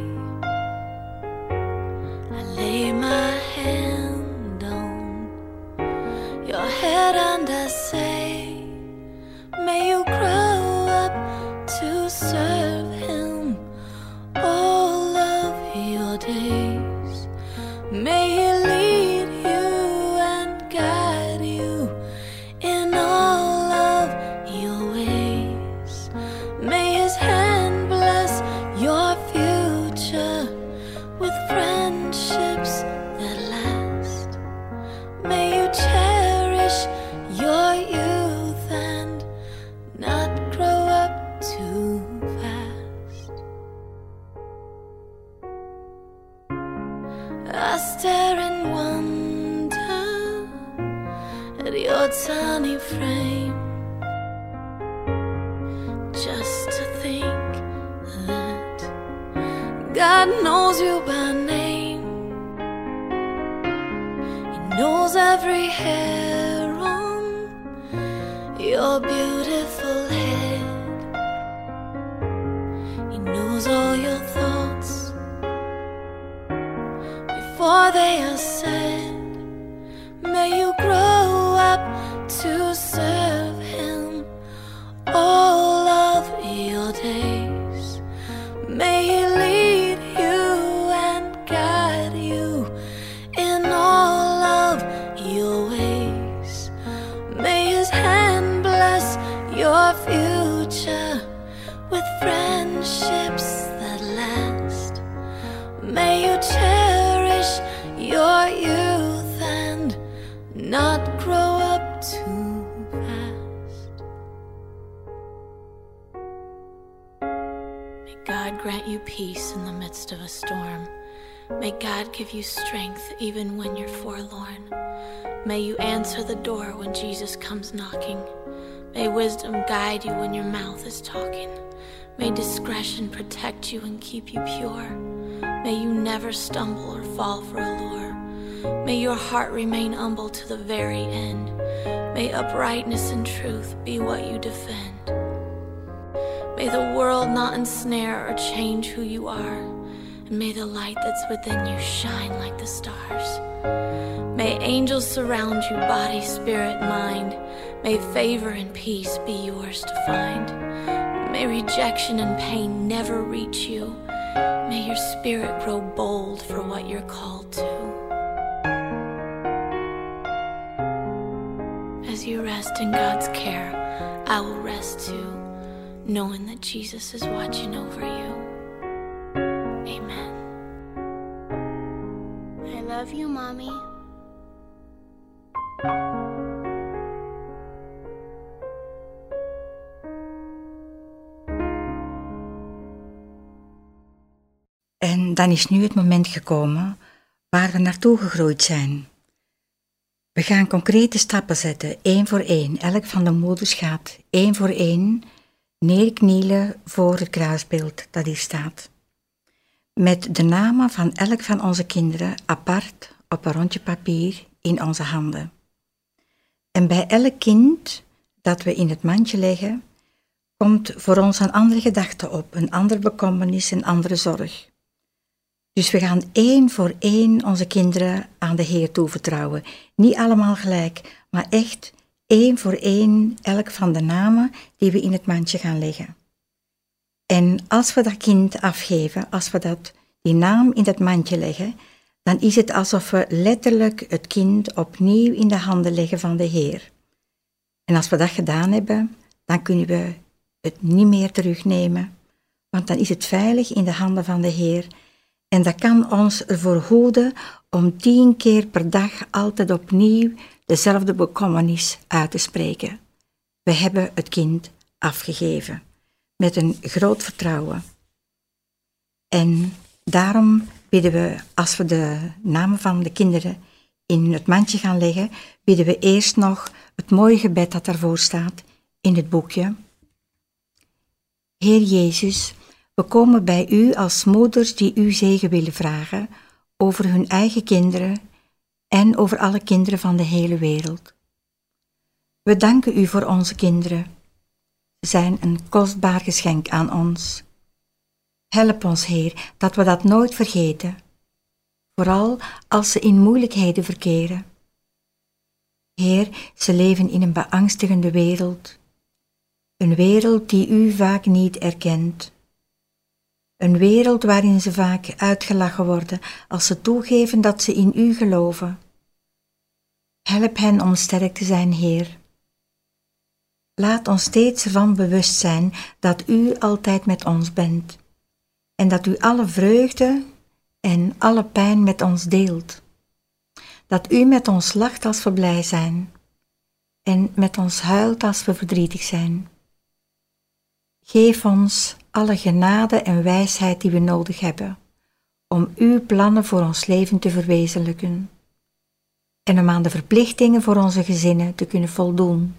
[SPEAKER 8] I lay my hand on your head and I say, may you grow up to serve him all of your days. May he lead you and guide you in all of your ways. May his hand bless your future with friendships that last. May you cherish your youth and not grow up too fast. I stare in wonder at your tiny frame, just to think that God knows you by name. He knows every hair on your beautiful head. He knows all your thoughts before they are said. May you grow up to serve him all of your days. May he lead you and guide you in all of your ways. May his hand bless your future with friendships that last. May you cherish your youth and not grow up too fast. May God grant you peace in the midst of a storm. May God give you strength even when you're forlorn. May you answer the door when Jesus comes knocking. May wisdom guide you when your mouth is talking. May discretion protect you and keep you pure. May you never stumble or fall for a lure. May your heart remain humble to the very end. May uprightness and truth be what you defend. May the world not ensnare or change who you are. And may the light that's within you shine like the stars. May angels surround you, body, spirit, mind. May favor and peace be yours to find. May rejection and pain never reach you. May your spirit grow bold for what you're called to. As you rest in God's care, I will rest too, knowing that Jesus is watching over you. Amen. I love you, Mommy.
[SPEAKER 3] En dan is nu het moment gekomen waar we naartoe gegroeid zijn. We gaan concrete stappen zetten, één voor één. Elk van de moeders gaat één voor één neerknielen voor het kruisbeeld dat hier staat. Met de namen van elk van onze kinderen apart op een rondje papier in onze handen. En bij elk kind dat we in het mandje leggen, komt voor ons een andere gedachte op, een andere bekommernis, een andere zorg. Dus we gaan één voor één onze kinderen aan de Heer toevertrouwen. Niet allemaal gelijk, maar echt één voor één elk van de namen die we in het mandje gaan leggen. En als we dat kind afgeven, als we dat, die naam in dat mandje leggen, dan is het alsof we letterlijk het kind opnieuw in de handen leggen van de Heer. En als we dat gedaan hebben, dan kunnen we het niet meer terugnemen, want dan is het veilig in de handen van de Heer. En dat kan ons ervoor hoeden om tien keer per dag altijd opnieuw dezelfde bekommernis uit te spreken. We hebben het kind afgegeven, met een groot vertrouwen. En daarom bidden we, als we de namen van de kinderen in het mandje gaan leggen, bidden we eerst nog het mooie gebed dat daarvoor staat in het boekje. Heer Jezus, we komen bij u als moeders die u zegen willen vragen over hun eigen kinderen en over alle kinderen van de hele wereld. We danken u voor onze kinderen. Ze zijn een kostbaar geschenk aan ons. Help ons, Heer, dat we dat nooit vergeten, vooral als ze in moeilijkheden verkeren. Heer, ze leven in een beangstigende wereld, een wereld die u vaak niet erkent. Een wereld waarin ze vaak uitgelachen worden als ze toegeven dat ze in u geloven. Help hen om sterk te zijn, Heer. Laat ons steeds ervan bewust zijn dat u altijd met ons bent en dat u alle vreugde en alle pijn met ons deelt. Dat u met ons lacht als we blij zijn en met ons huilt als we verdrietig zijn. Geef ons alle genade en wijsheid die we nodig hebben om uw plannen voor ons leven te verwezenlijken en om aan de verplichtingen voor onze gezinnen te kunnen voldoen.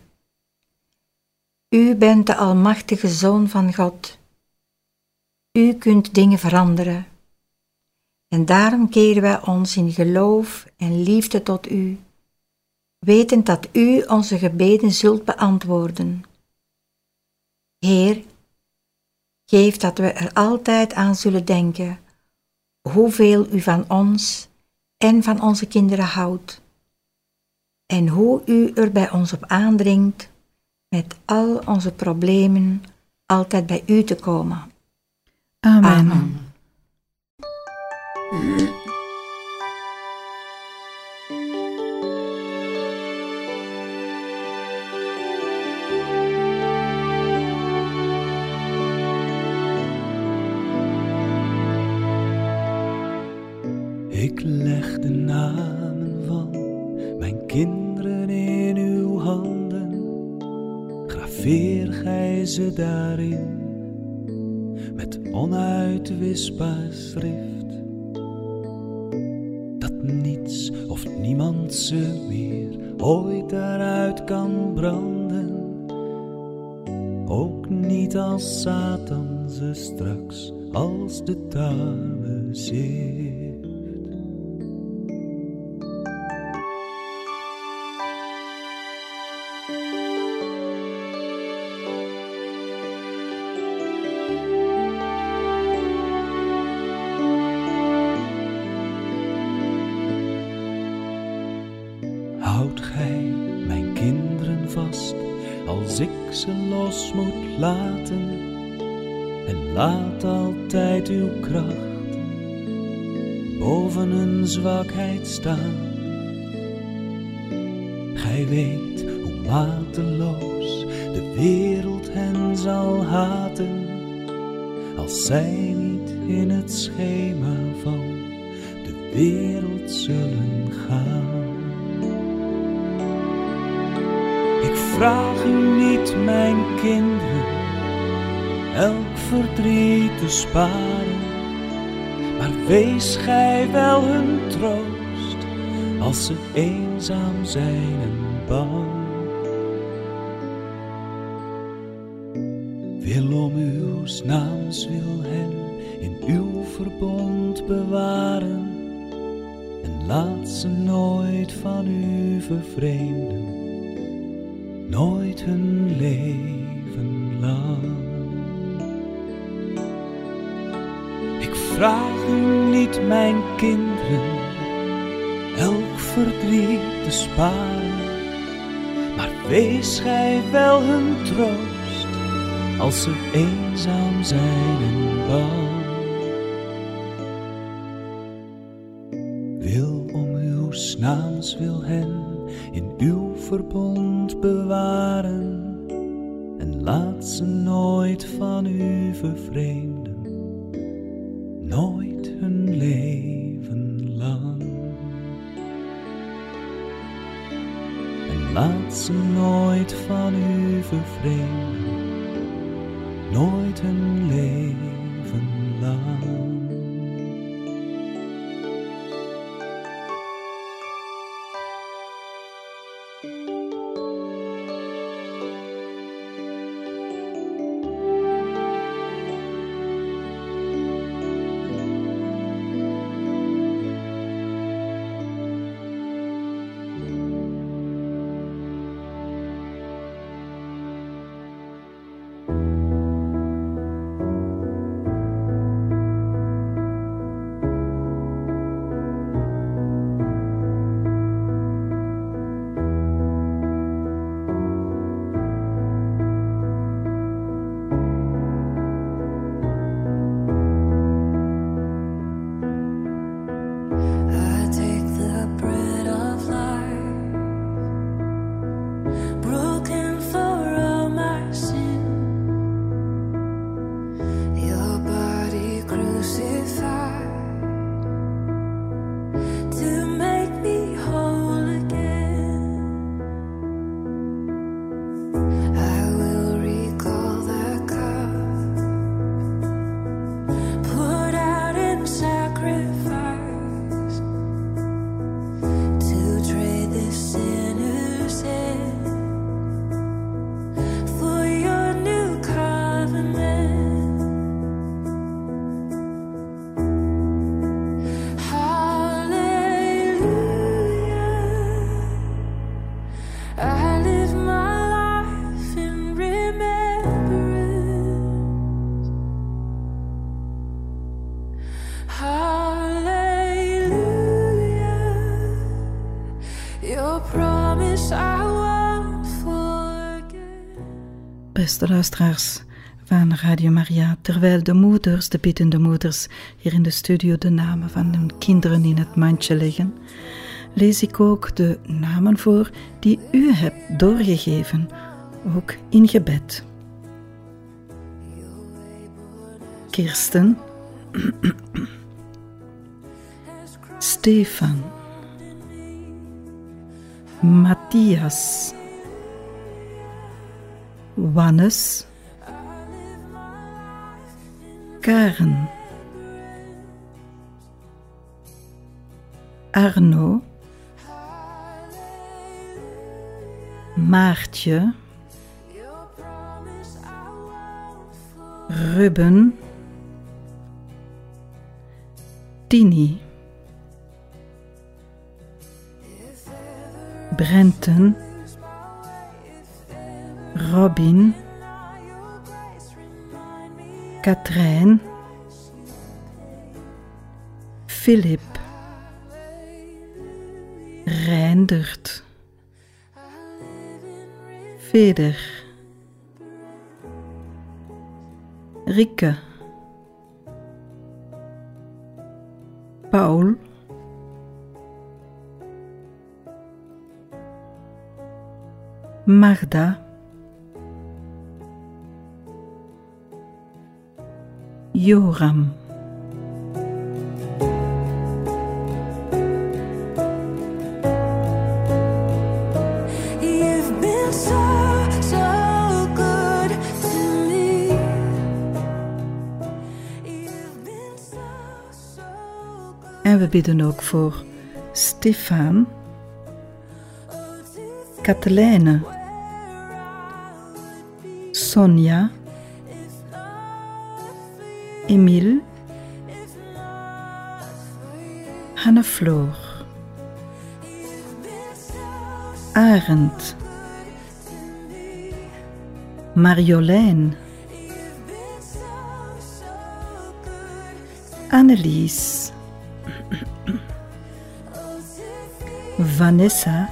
[SPEAKER 3] U bent de almachtige Zoon van God. U kunt dingen veranderen. En daarom keren wij ons in geloof en liefde tot u, wetend dat u onze gebeden zult beantwoorden. Heer, geef dat we er altijd aan zullen denken hoeveel u van ons en van onze kinderen houdt en hoe u er bij ons op aandringt met al onze problemen altijd bij u te komen.
[SPEAKER 2] Amen.
[SPEAKER 3] Amen.
[SPEAKER 6] Ik leg de namen van mijn kinderen in uw handen. Graveer gij ze daarin met onuitwisbaar schrift, dat niets of niemand ze meer ooit daaruit kan branden, ook niet als Satan ze straks als de tarwe zeeft. Houd gij mijn kinderen vast als ik ze los moet laten, en laat altijd uw kracht boven hun zwakheid staan. Gij weet hoe mateloos de wereld hen zal haten, als zij niet in het schema van de wereld zullen gaan. Ik vraag u niet, mijn kinderen, elk verdriet te sparen, maar wees gij wel hun troost als ze eenzaam zijn en bang. Wil om uw naams wil hen in uw verbond bewaren, en laat ze nooit van u vervreemden, nooit hun leven lang. Ik vraag u niet, niet, mijn kinderen, elk verdriet te sparen. Maar wees gij wel hun troost, als ze eenzaam zijn en bang. Wil om uw naams wil hen in uw verbond bewaren. En laat ze nooit van u vervreemden, nooit hun leven lang. En laat ze nooit van u vervreemden, nooit hun leven lang.
[SPEAKER 2] Beste luisteraars van Radio Maria, terwijl de moeders, de biddende moeders, hier in de studio de namen van hun kinderen in het mandje leggen, lees ik ook de namen voor die u hebt doorgegeven, ook in gebed. Kirsten, Stefan, Matthias, Wannes, Karen, Arno, Maartje, Ruben, Tini, Brenton, Robin, Katrijn, Philip, Reindert, Veder, Rikke, Paul, Magda, Joram. En we bidden ook voor Stefan, Katelijne, Sonja, Emile, Hannefloor, Arend, Marjolein, Annelies, Vanessa,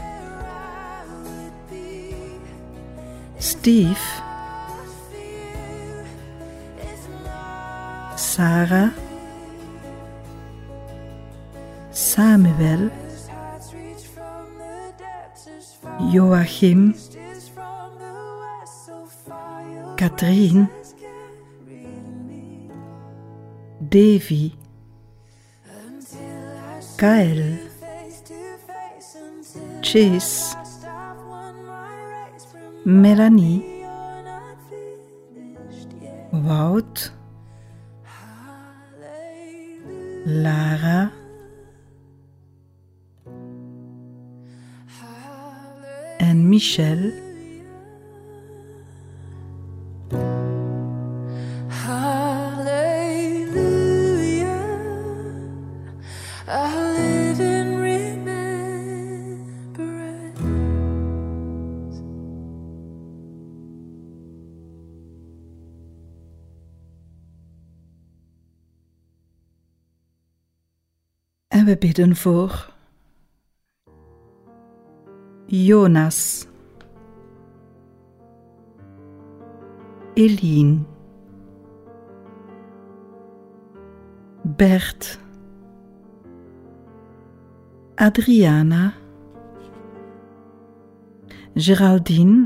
[SPEAKER 2] Steve, Sarah, Samuel, Joachim, Katrien, Davy, Kyle, Chase, Melanie, Wout, Lara, en Michel. En we bidden voor Jonas, Eline, Bert, Adriana, Geraldine,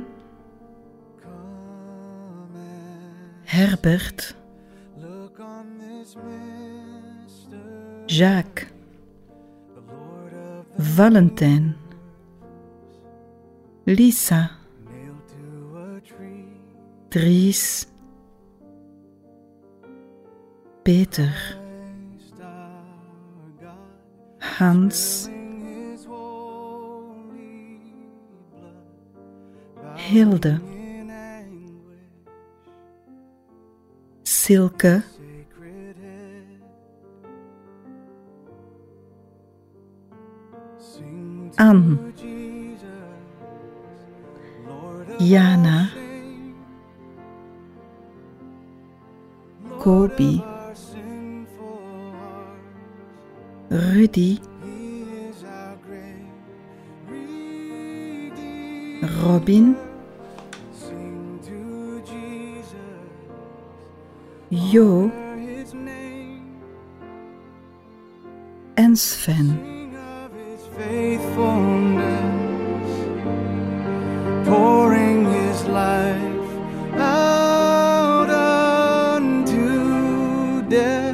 [SPEAKER 2] Herbert, Jacques, Valentijn, Lisa, Dries, Peter, Hans, Hilde, Silke, Anne, Jana, Kobi, Rudy, Robin, Jo en Sven.
[SPEAKER 11] Pouring his life out unto death.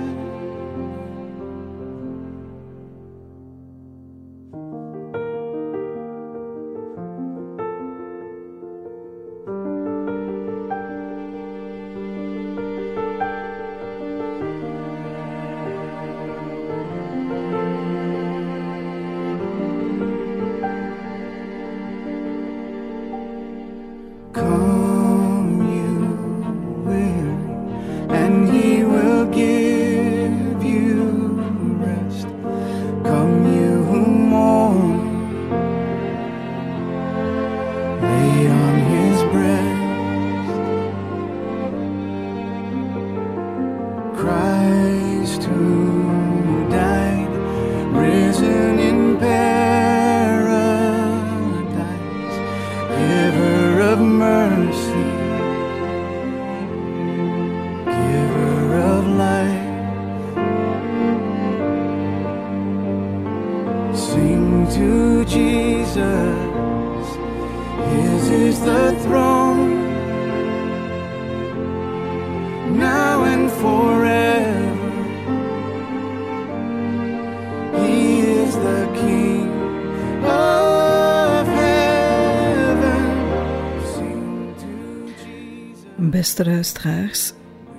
[SPEAKER 2] Beste luisteraars,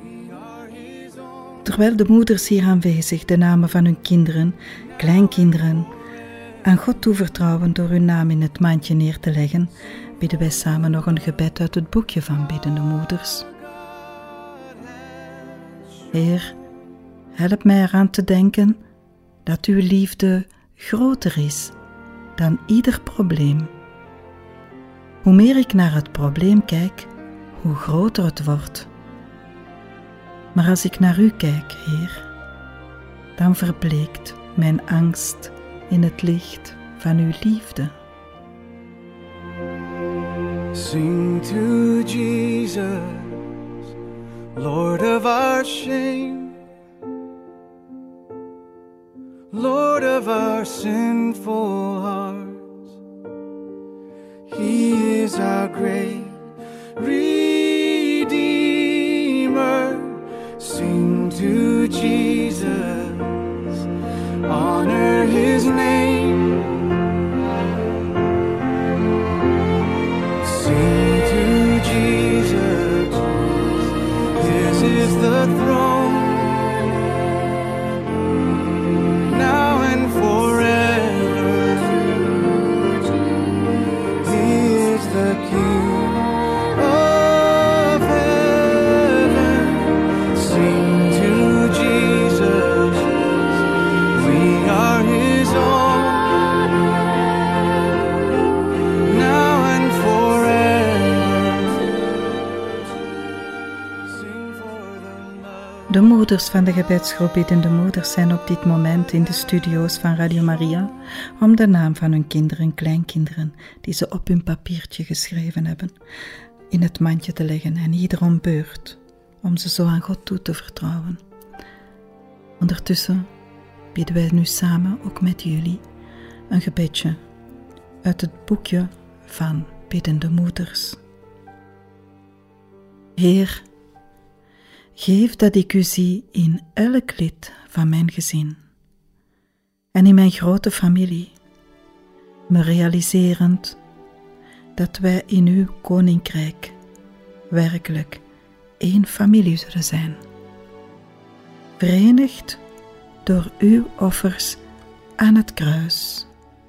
[SPEAKER 2] terwijl de moeders hier aanwezig de namen van hun kinderen, kleinkinderen, aan God toevertrouwen door hun naam in het mandje neer te leggen, bidden wij samen nog een gebed uit het boekje van biddende moeders. Heer, help mij eraan te denken dat uw liefde groter is dan ieder probleem. Hoe meer ik naar het probleem kijk, hoe groter het wordt. Maar als ik naar u kijk, Heer, dan verbleekt mijn angst in het licht van uw liefde.
[SPEAKER 11] Sing to Jesus, Lord of our shame, Lord of our sinful hearts. He is our great Redeemer. Sing to Jesus, honor His name. Sing to Jesus, His is the throne, now and forever. He is the King of heaven. Sing to Jesus, we are His own, now and forever. Sing for the love.
[SPEAKER 2] De moeders van de gebedsgroep Biddende Moeders zijn op dit moment in de studio's van Radio Maria om de naam van hun kinderen en kleinkinderen, die ze op hun papiertje geschreven hebben, in het mandje te leggen en ieder om beurt, om ze zo aan God toe te vertrouwen. Ondertussen bidden wij nu samen, ook met jullie, een gebedje uit het boekje van Biddende Moeders. Heer, geef dat ik u zie in elk lid van mijn gezin en in mijn grote familie, me realiserend dat wij in uw koninkrijk werkelijk één familie zullen zijn, verenigd door uw offers aan het kruis.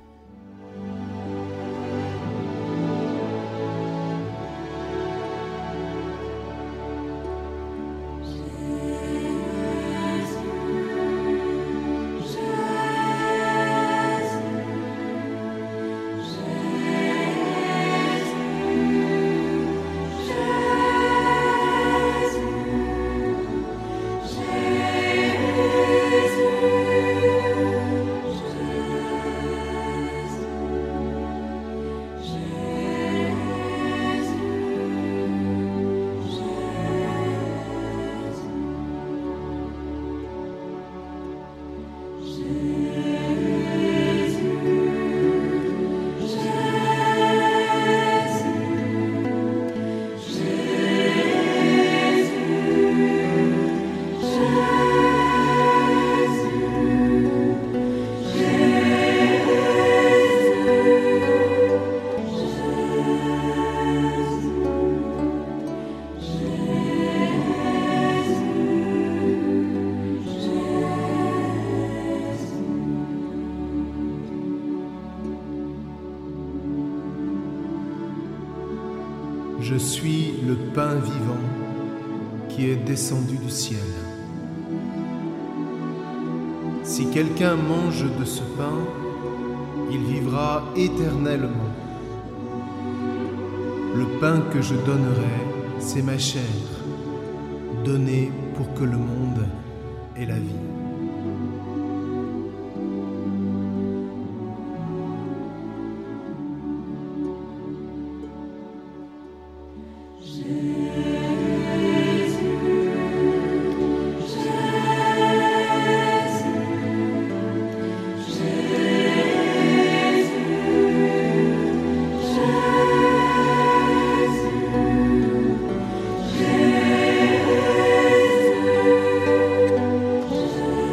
[SPEAKER 12] Je suis le pain vivant qui est descendu du ciel. Si quelqu'un mange de ce pain, il vivra éternellement. Le pain que je donnerai, c'est ma chair, donnée pour que le monde ait la vie.
[SPEAKER 10] Jésus.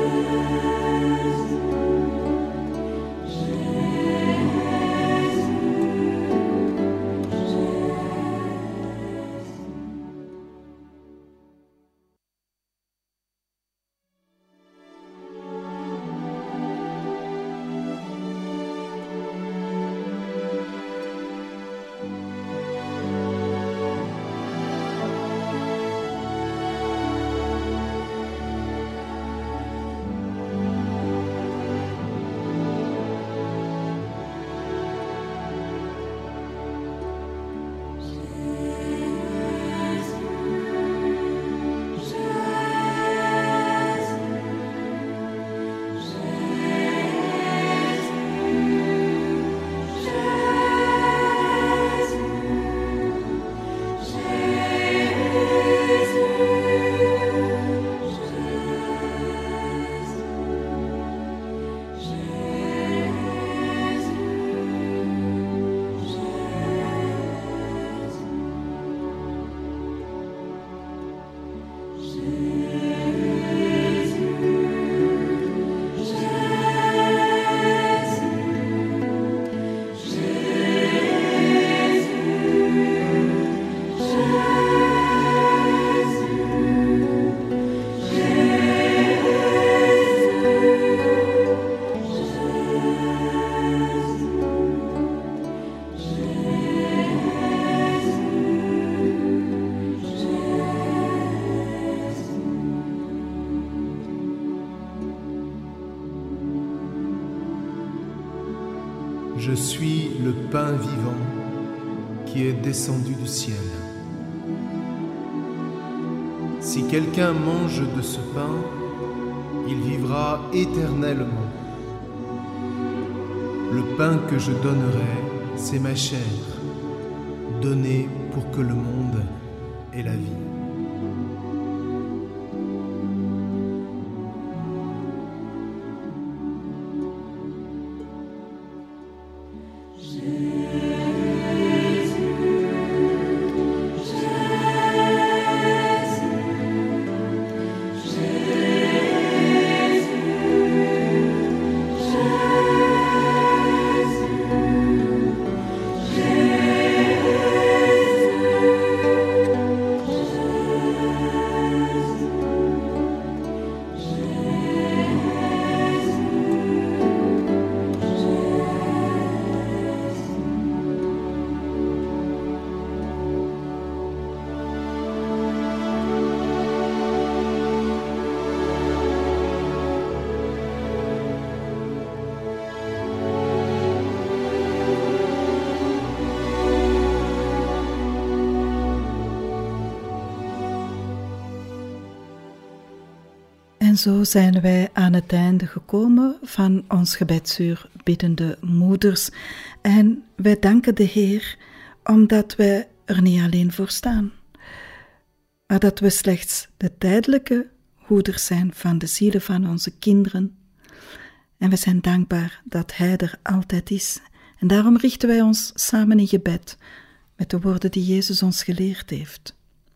[SPEAKER 12] Je suis le pain vivant qui est descendu du ciel. Si quelqu'un mange de ce pain, il vivra éternellement. Le pain que je donnerai, c'est ma chair, donnée pour que le monde ait la vie.
[SPEAKER 2] En zo zijn wij aan het einde gekomen van ons gebedsuur Biddende Moeders. En wij danken de Heer omdat wij er niet alleen voor staan, maar dat we slechts de tijdelijke hoeders zijn van de zielen van onze kinderen. En we zijn dankbaar dat Hij er altijd is. En daarom richten wij ons samen in gebed met de woorden die Jezus ons geleerd heeft.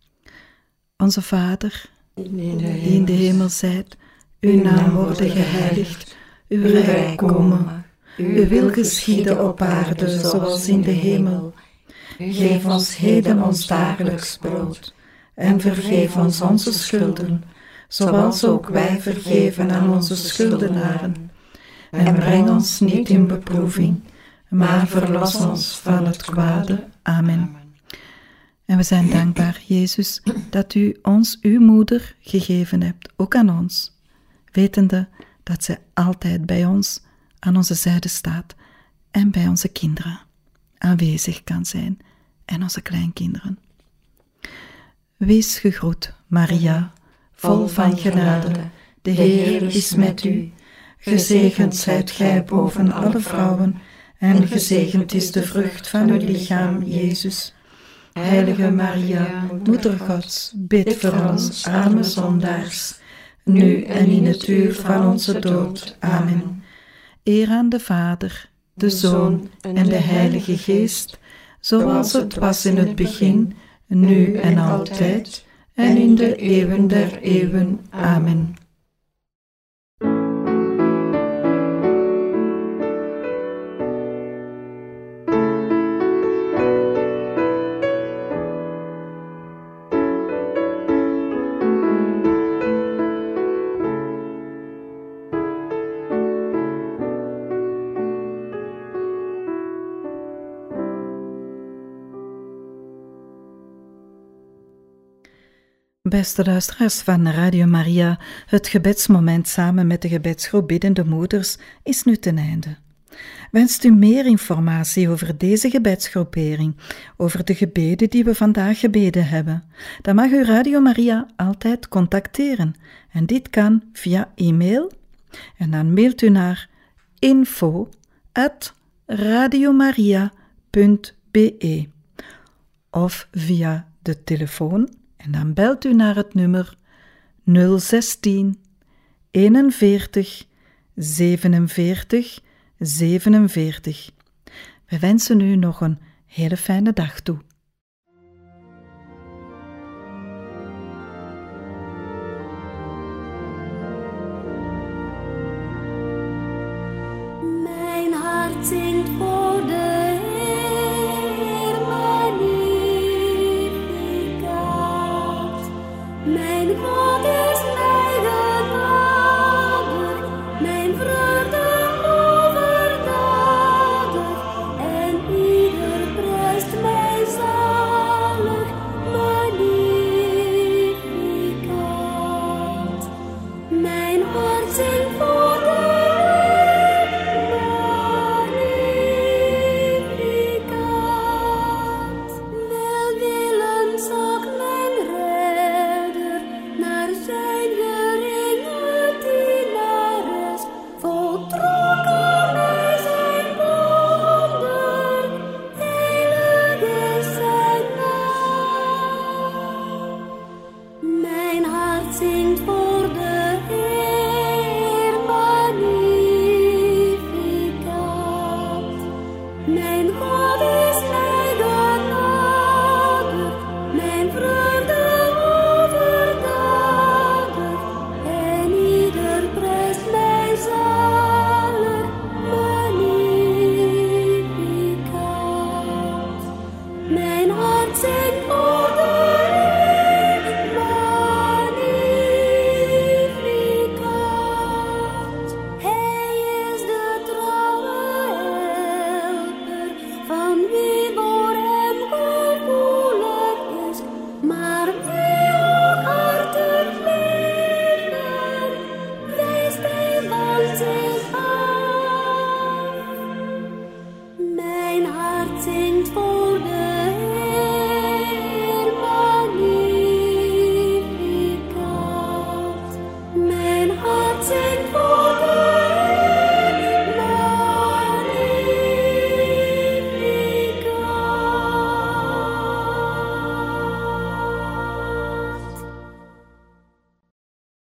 [SPEAKER 2] Onze Vader, die in de hemel zijt, uw naam worden geheiligd, uw rijk komen, uw wil geschieden op aarde zoals in de hemel. Geef ons heden ons dagelijks brood en vergeef ons onze schulden, zoals ook wij vergeven aan onze schuldenaren. En breng ons niet in beproeving, maar verlos ons van het kwade. Amen. En we zijn dankbaar, Jezus, dat u ons, uw moeder, gegeven hebt, ook aan ons, wetende dat zij altijd bij ons aan onze zijde staat en bij onze kinderen aanwezig kan zijn en onze kleinkinderen. Wees gegroet, Maria, vol van genade, de Heer is met u. Gezegend zijt gij boven alle vrouwen en gezegend is de vrucht van uw lichaam, Jezus. Heilige Maria, Moeder Gods, bid voor ons arme zondaars, nu en in het uur van onze dood. Amen. Eer aan de Vader, de Zoon en de Heilige Geest, zoals het was in het begin, nu en altijd, en in de eeuwen der eeuwen. Amen. Beste luisteraars van Radio Maria, het gebedsmoment samen met de gebedsgroep Biddende Moeders is nu ten einde. Wenst u meer informatie over deze gebedsgroepering, over de gebeden die we vandaag gebeden hebben, dan mag u Radio Maria altijd contacteren. En dit kan via e-mail. En dan mailt u naar info at radiomaria punt be of via de telefoon. En dan belt u naar het nummer nul zestien eenenveertig zevenenveertig zevenenveertig. We wensen u nog een hele fijne dag toe.
[SPEAKER 13] Mijn hart zingt voor de mijn God is mij genadig, mijn vreugde overdadig, en ieder prijst mij zalig, Magnificat. Mijn hart zingt voor de Heer, Magnificat. zingt voor